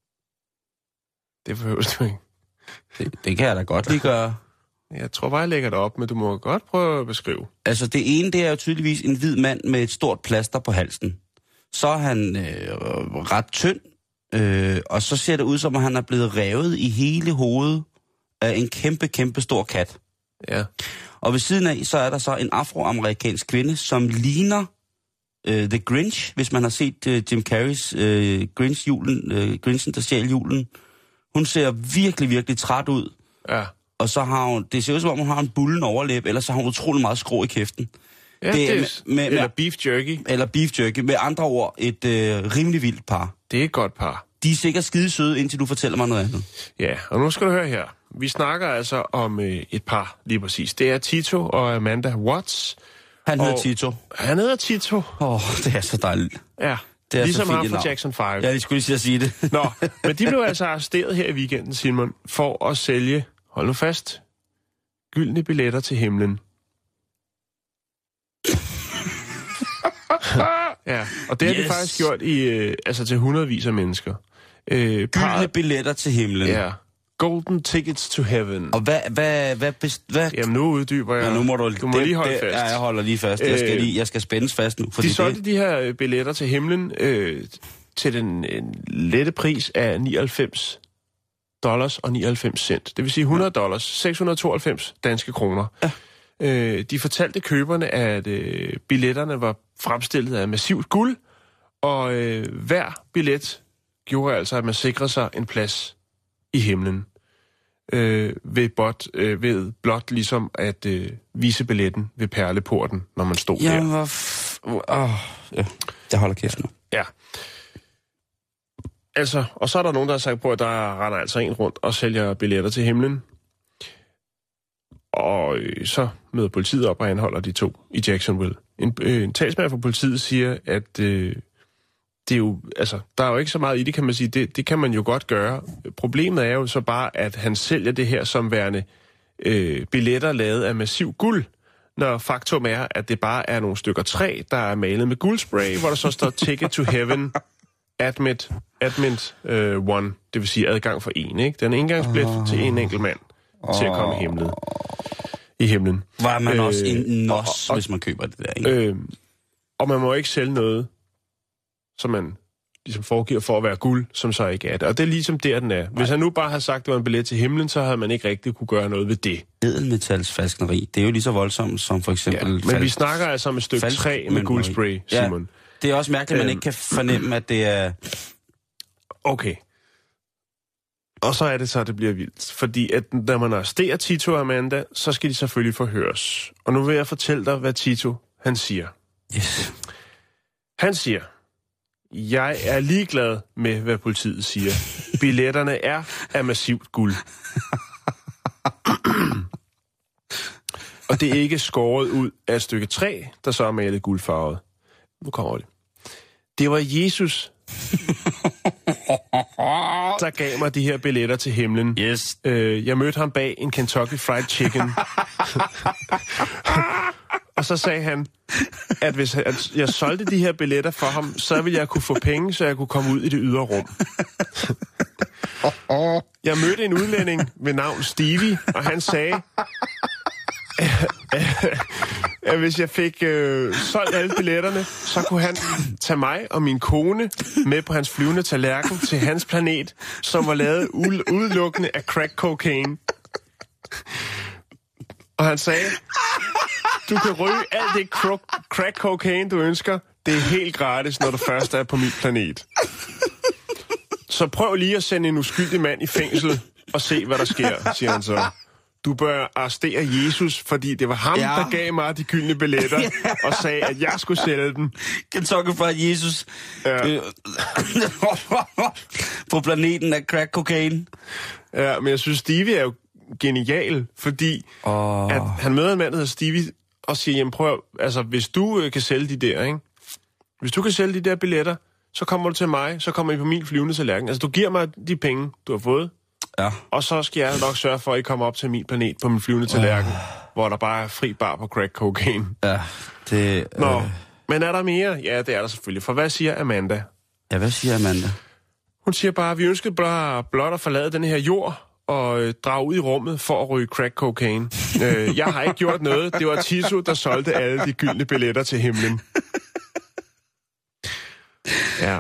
Det behøver du ikke. Det kan jeg da godt lige gøre. Jeg tror bare, jeg lægger det op, men du må godt prøve at beskrive. Altså det ene, det er jo tydeligvis en hvid mand med et stort plaster på halsen. Så er han ret tynd, og så ser det ud som, at han er blevet revet i hele hovedet af en kæmpe stor kat. Ja. Og ved siden af, så er der så en afroamerikansk kvinde, som ligner The Grinch, hvis man har set Jim Carreys Grinchen, der stjal julen. Hun ser virkelig træt ud. Ja. Og så har hun, det ser ud som om, hun har en bullen overlæb, eller så har hun utrolig meget skrå i kæften. Ja, eller beef jerky. Eller beef jerky. Med andre ord, et rimelig vildt par. Det er et godt par. De er sikkert skide søde, indtil du fortæller mig noget andet. Ja, og nu skal du høre her. Vi snakker altså om et par, lige præcis. Det er Tito og Amanda Watts. Han hedder Tito. Han hedder Tito. Det er så dejligt. Ja, det er ligesom så ham fra Jackson 5. Ja, de skulle lige sige det. Nå, men de blev altså arresteret her i weekenden, Simon, for at sælge, hold nu fast, gyldne billetter til himlen. Ja, og det har de faktisk gjort til hundredvis af mennesker. Gyldne billetter til himlen. Ja. Golden tickets to heaven. Og hvad? Jamen nu uddyber jeg. Ja, nu må du må lige holde fast. Ja, jeg holder lige fast. Jeg skal spændes fast nu. De solgte de her billetter til himlen til den lette pris af $99 og 99 cent. Det vil sige $100, 692 danske kroner. Ja. De fortalte køberne, at billetterne var fremstillet af massivt guld, og hver billet gjorde altså, at man sikrede sig en plads i himlen ved blot ligesom at vise billetten ved perleporten, når man stod der. Ja, jeg holder kæft nu. Ja. Altså, og så er der nogen, der har sagt på, at der render altså en rundt og sælger billetter til himlen. Og så møder politiet op og anholder de 2 i Jacksonville. En talsmand for politiet siger, at det er jo, altså, der er jo ikke så meget i det, kan man sige. Det kan man jo godt gøre. Problemet er jo så bare, at han sælger det her som værende billetter lavet af massiv guld, når faktum er, at det bare er nogle stykker træ, der er malet med guldspray, hvor der så står Ticket to Heaven, admit one, det vil sige adgang for en, ikke? Den er indgangsbillet til en enkelt mand til at komme i himlen. Var man også en nos, hvis man køber det der, ikke? Og man må ikke sælge noget, som man ligesom foregiver for at være guld, som så ikke er det. Og det er ligesom der, den er. Hvis han nu bare havde sagt, at det var en billet til himlen, så havde man ikke rigtig kunne gøre noget ved det. Edelmetalsfalskneri, det er jo lige så voldsomt som for eksempel... Ja, men vi snakker altså om et stykke træ med guldspray, Simon. Ja, det er også mærkeligt, at man ikke kan fornemme, at det er... Okay. Og så er det så, at det bliver vildt. Fordi at når man arresterer Tito og Amanda, så skal de selvfølgelig forhøres. Og nu vil jeg fortælle dig, hvad Tito, han siger. Yes. Han siger... Jeg er ligeglad med, hvad politiet siger. Billetterne er af massivt guld. Og det er ikke skåret ud af et stykke træ, der så er malet guldfarvet. Nu kommer det. Det var Jesus, der gav mig de her billetter til himlen. Yes. Jeg mødte ham bag en Kentucky Fried Chicken. Og så sagde han, at hvis jeg solgte de her billetter for ham, så ville jeg kunne få penge, så jeg kunne komme ud i det ydre rum. Jeg mødte en udlænding ved navn Stevie, og han sagde, at hvis jeg fik solgt alle billetterne, så kunne han tage mig og min kone med på hans flyvende tallerken til hans planet, som var lavet udelukkende af crack cocaine. Og han sagde, du kan ryge alt det crack cocaine, du ønsker. Det er helt gratis, når du først er på min planet. Så prøv lige at sende en uskyldig mand i fængsel og se, hvad der sker, siger han så. Du bør arrestere Jesus, fordi det var ham, der gav mig de gyldne billetter, og sagde, at jeg skulle sælge dem. Kentucky Fried Jesus. Ja. På planeten af crack cocaine. Ja, men jeg synes, Stevie er jo genial, fordi at han møder en mand, der hedder Stevie, og siger, jamen prøv, altså hvis du kan sælge de der, ikke? Hvis du kan sælge de der billetter, så kommer du til mig, så kommer I på min flyvende tallerken. Altså, du giver mig de penge, du har fået, og så skal jeg nok sørge for, at I kommer op til min planet på min flyvende tallerken, hvor der bare er fri bar på crack cocaine. Ja, det... Nå, men er der mere? Ja, det er der selvfølgelig. For hvad siger Amanda? Ja, hvad siger Amanda? Hun siger bare, at vi ønskede blot at forlade den her jord og drage ud i rummet for at ryge crack cocaine. Jeg har ikke gjort noget. Det var Tiso, der solgte alle de gyldne billetter til himlen. Ja.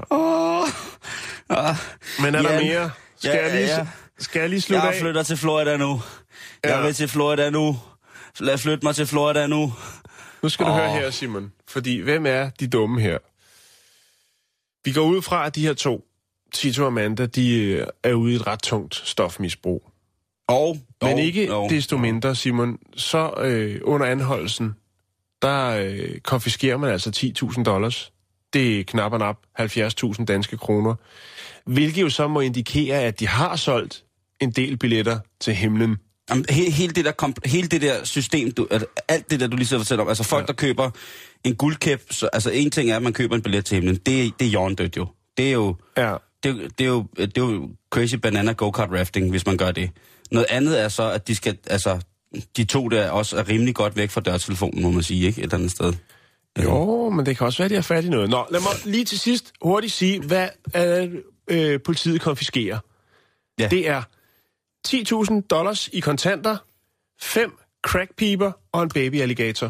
Men er der mere? Skal jeg lige slutte af? Jeg flytter til Florida nu. Jeg vil til Florida nu. Lad flytte mig til Florida nu. Nu skal du høre her, Simon. Fordi hvem er de dumme her? Vi går ud fra, at de her to, Tito og Amanda, de er ude i et ret tungt stofmisbrug. Men ikke desto mindre, Simon, så under anholdelsen, der konfiskerer man altså $10,000. Det er knap og nap 70.000 danske kroner. Hvilket jo så må indikere, at de har solgt en del billetter til himlen. Jamen, hele det der system, alt det der, du lige sidder og fortæller om, altså folk, der køber en guldkæp, altså en ting er, at man køber en billet til himlen, det er hjørndødt jo. Det er jo, det er jo crazy banana go-kart rafting, hvis man gør det. Noget andet er så, at de to der også er rimelig godt væk fra dørtelefonen, må man sige, ikke? Et andet sted. Jo, men det kan også være, at de har fat i noget. Nå, lad mig lige til sidst hurtigt sige, hvad politiet konfiskerer. Ja. Det er $10,000 i kontanter, 5 crackpiber og en babyalligator.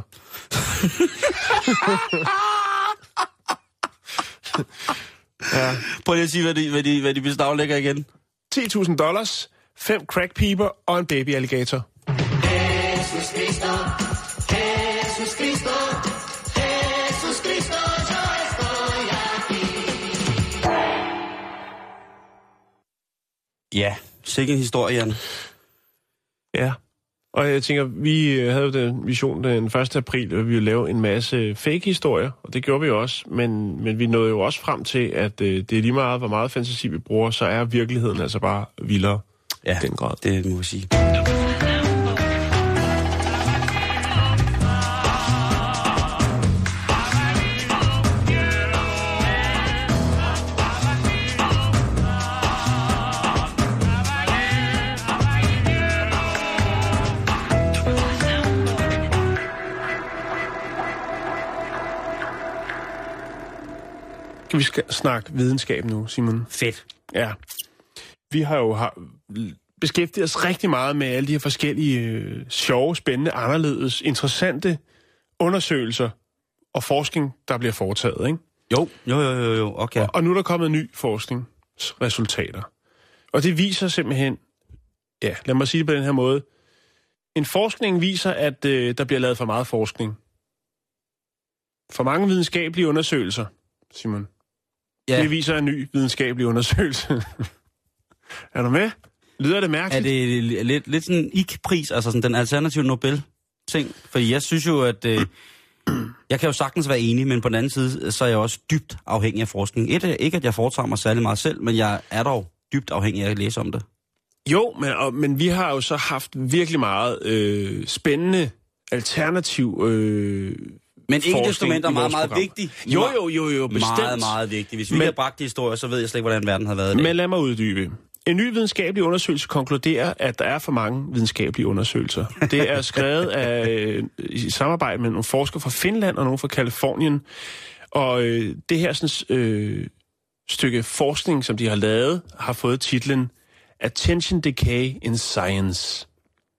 Ja. Prøv lige at sige, hvad de beslaglægger igen. $10,000, 5 crackpiber og en babyalligator. Jesus Cristo, Jesus Cristo, Jesus Cristo, yo estoy aquí. Ja, sikke en historie, Jan. Ja, og jeg tænker, vi havde jo den vision den 1. april, at vi ville lave en masse fake-historier, og det gjorde vi også, men vi nåede jo også frem til, at det er lige meget, hvor meget fantasi vi bruger, så er virkeligheden altså bare vildere i den grad. Det må vi sige. Vi skal snakke videnskab nu, Simon. Fedt. Ja. Vi har jo beskæftiget os rigtig meget med alle de her forskellige sjove, spændende, anderledes, interessante undersøgelser og forskning, der bliver foretaget, ikke? Jo, okay. Og nu er der kommet ny forskningsresultater. Og det viser simpelthen, ja, lad mig sige det på den her måde. En forskning viser, at der bliver lavet for meget forskning. For mange videnskabelige undersøgelser, Simon. Ja. Det viser en ny videnskabelig undersøgelse. Er du med? Lyder det mærkeligt? Er det lidt sådan en IK-pris, altså sådan den alternative Nobel-ting? Fordi jeg synes jo, at jeg kan jo sagtens være enig, men på den anden side, så er jeg også dybt afhængig af forskning. Ikke at jeg foretager mig særlig meget selv, men jeg er dog dybt afhængig af at læse om det. Jo, men vi har jo så haft virkelig meget spændende alternativ men ikke desto mindre meget, meget vigtig. Jo, bestemt. Meget, meget vigtig. Hvis vi ikke havde bragt de historier, så ved jeg slet ikke, hvordan verden havde været det. Men lad mig uddybe. En ny videnskabelig undersøgelse konkluderer, at der er for mange videnskabelige undersøgelser. Det er skrevet i samarbejde med nogle forskere fra Finland og nogle fra Kalifornien. Og det her stykke forskning, som de har lavet, har fået titlen Attention Decay in Science.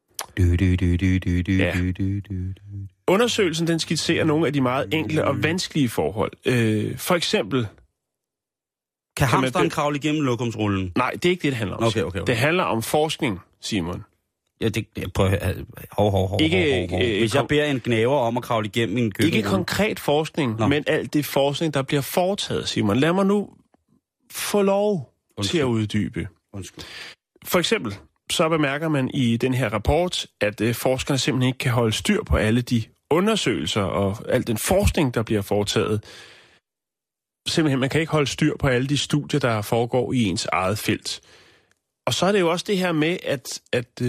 Ja. Undersøgelsen den skitserer nogle af de meget enkle og vanskelige forhold. For eksempel... Kan hamsteren kravle igennem lokumsrullen? Nej, det er ikke det handler om. Okay. Det handler om forskning, Simon. Ja, prøv Hvis jeg beder en gnæver om at kravle igennem min køkken... Ikke konkret forskning, men alt det forskning, der bliver foretaget, Simon. Lad mig nu få lov til at uddybe. Undskyld. For eksempel, så bemærker man i den her rapport, at forskerne simpelthen ikke kan holde styr på alle de undersøgelser og al den forskning, der bliver foretaget. Simpelthen, man kan ikke holde styr på alle de studier, der foregår i ens eget felt. Og så er det jo også det her med, at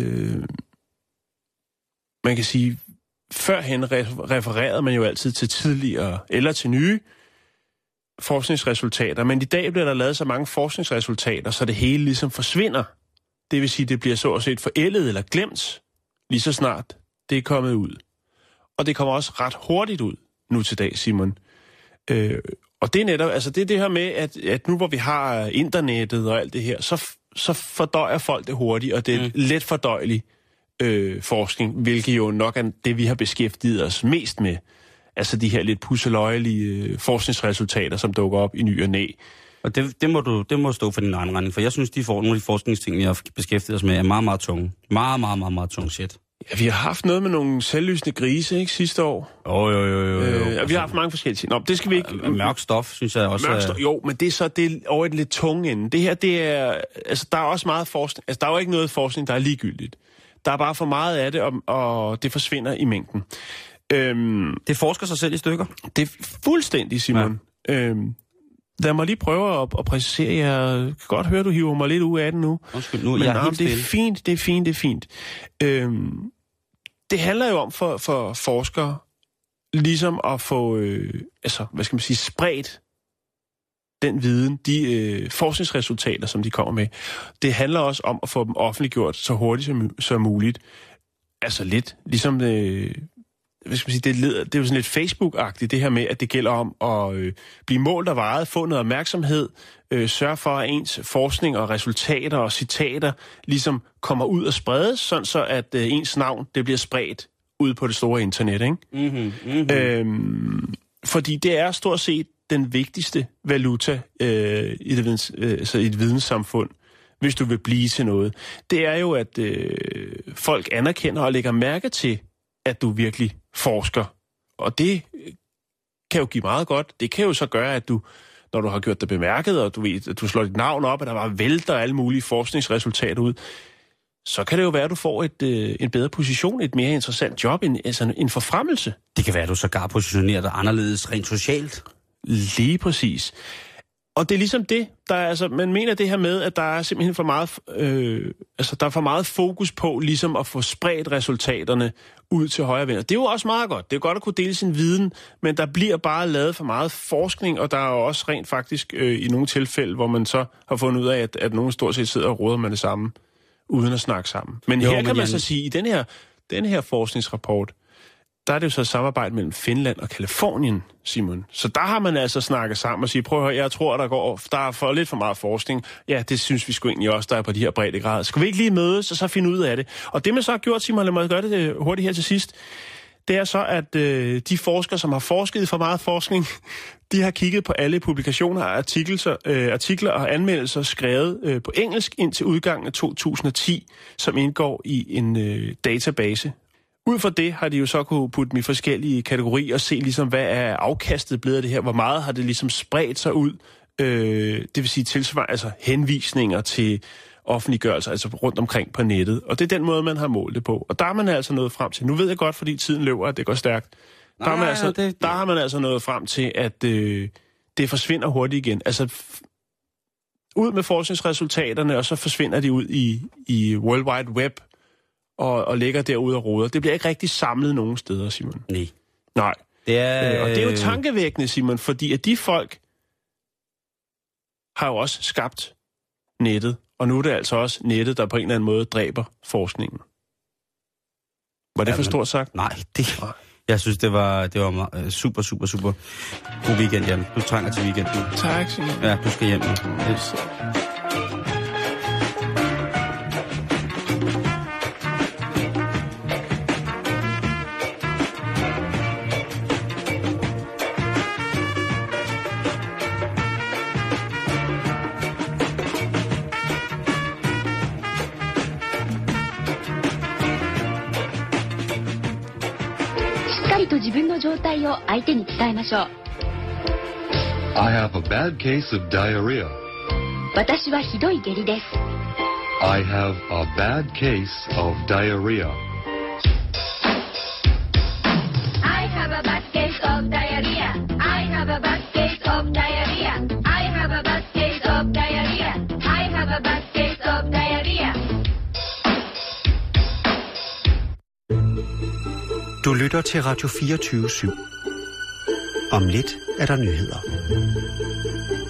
man kan sige, førhen refererede man jo altid til tidligere eller til nye forskningsresultater, men i dag bliver der lavet så mange forskningsresultater, så det hele ligesom forsvinder. Det vil sige, det bliver så at sige forældet eller glemt, lige så snart det er kommet ud. Og det kommer også ret hurtigt ud nu til dag, Simon. Og det er netop, altså det er det her med, at nu hvor vi har internettet og alt det her, så fordøjer folk det hurtigt, og det er let fordøjelig forskning, hvilket jo nok er det, vi har beskæftiget os mest med. Altså de her lidt pusseløjelige forskningsresultater, som dukker op i ny og næ. Og det må stå for din egen regning, for jeg synes, nogle af de forskningsting, vi har beskæftiget os med, er meget, meget tunge. Meget, meget, meget, meget tung shit. Ja, vi har haft noget med nogle selvlysende grise, ikke, sidste år? Jo. Vi har haft mange forskellige ting. Nå, det skal vi ikke... Mørk stof, synes jeg også. Mørk stof, jo, men det er så det over i den lidt tunge ende. Det her, det er... Altså, der er også meget forskning. Altså, der er jo ikke noget forskning, der er ligegyldigt. Der er bare for meget af det, og det forsvinder i mængden. Det forsker sig selv i stykker? Det er fuldstændig, Simon. Ja. Lad mig lige prøve at præcisere. Jeg kan godt høre, du hiver mig lidt ud af den nu. Undskyld, nu men jeg er helt det er fint. Det handler jo om for forskere ligesom at få, spredt den viden, de forskningsresultater, som de kommer med. Det handler også om at få dem offentliggjort så hurtigt som muligt. Altså lidt ligesom det er jo sådan lidt Facebook-agtigt, det her med, at det gælder om at blive målt og vejet, få noget opmærksomhed, sørge for, at ens forskning og resultater og citater ligesom kommer ud og spredes, sådan så at ens navn, det bliver spredt ud på det store internet, ikke? Fordi det er stort set den vigtigste valuta i et videnssamfund, hvis du vil blive til noget. Det er jo, at folk anerkender og lægger mærke til, at du virkelig forsker. Og det kan jo give meget godt. Det kan jo så gøre, at du, når du har gjort det bemærket, og du ved, at du slår dit navn op, at der bare vælter alle mulige forskningsresultater ud, så kan det jo være, at du får en bedre position, et mere interessant job, en forfremmelse. Det kan være, at du sågar positionerer dig anderledes rent socialt. Lige præcis. Og det er ligesom det, der er, altså, man mener det her med, at der er simpelthen for meget, der er for meget fokus på ligesom at få spredt resultaterne ud til højre venner. Det er jo også meget godt. Det er godt at kunne dele sin viden, men der bliver bare lavet for meget forskning, og der er jo også rent faktisk i nogle tilfælde, hvor man så har fundet ud af, at nogen stort set sidder og råder med det samme, uden at snakke sammen. Men her kan man så sige, i den her forskningsrapport, der er det jo så et samarbejde mellem Finland og Kalifornien, Simon. Så der har man altså snakket sammen og sige, prøv at høre, jeg tror, der er for lidt for meget forskning. Ja, det synes vi sgu egentlig også, der er på de her breddegrader. Skal vi ikke lige mødes og så finde ud af det? Og det man så har gjort, Simon, lad mig gøre det hurtigt her til sidst, det er så, at de forskere, som har forsket i for meget forskning, de har kigget på alle publikationer af artikler og anmeldelser skrevet på engelsk indtil udgangen af 2010, som indgår i en database. Ud fra det har de jo så kunne putte dem i forskellige kategorier og se ligesom, hvad er afkastet blevet af det her, hvor meget har det ligesom spredt sig ud, det vil sige tilsvarende, altså henvisninger til offentliggørelser, altså rundt omkring på nettet. Og det er den måde, man har målt det på. Og der er man altså nået frem til, nu ved jeg godt, fordi tiden løber, at det går stærkt, der har man altså nået frem til, at det forsvinder hurtigt igen. Altså ud med forskningsresultaterne, og så forsvinder de ud i World Wide Web, og ligger derude og roder. Det bliver ikke rigtig samlet nogen steder, Simon. Nej. Det er... Og det er jo tankevækkende, Simon, fordi at de folk har jo også skabt nettet, og nu er det altså også nettet, der på en eller anden måde dræber forskningen. Var det for stort sagt? Nej, jeg synes, det var super, super, super god weekend, Jan. Du trænger til weekend nu. Tak, Simon. Ja, du skal hjem. Yes. I have a bad case of diarrhea. 私はひどい下痢です。 I have a bad case of diarrhea. I have a bad case of diarrhea. I have a bad case of diarrhea. I have a bad case of diarrhea. I have a bad case of diarrhea. Du lytter til Radio 24/7. Om lidt er der nyheder.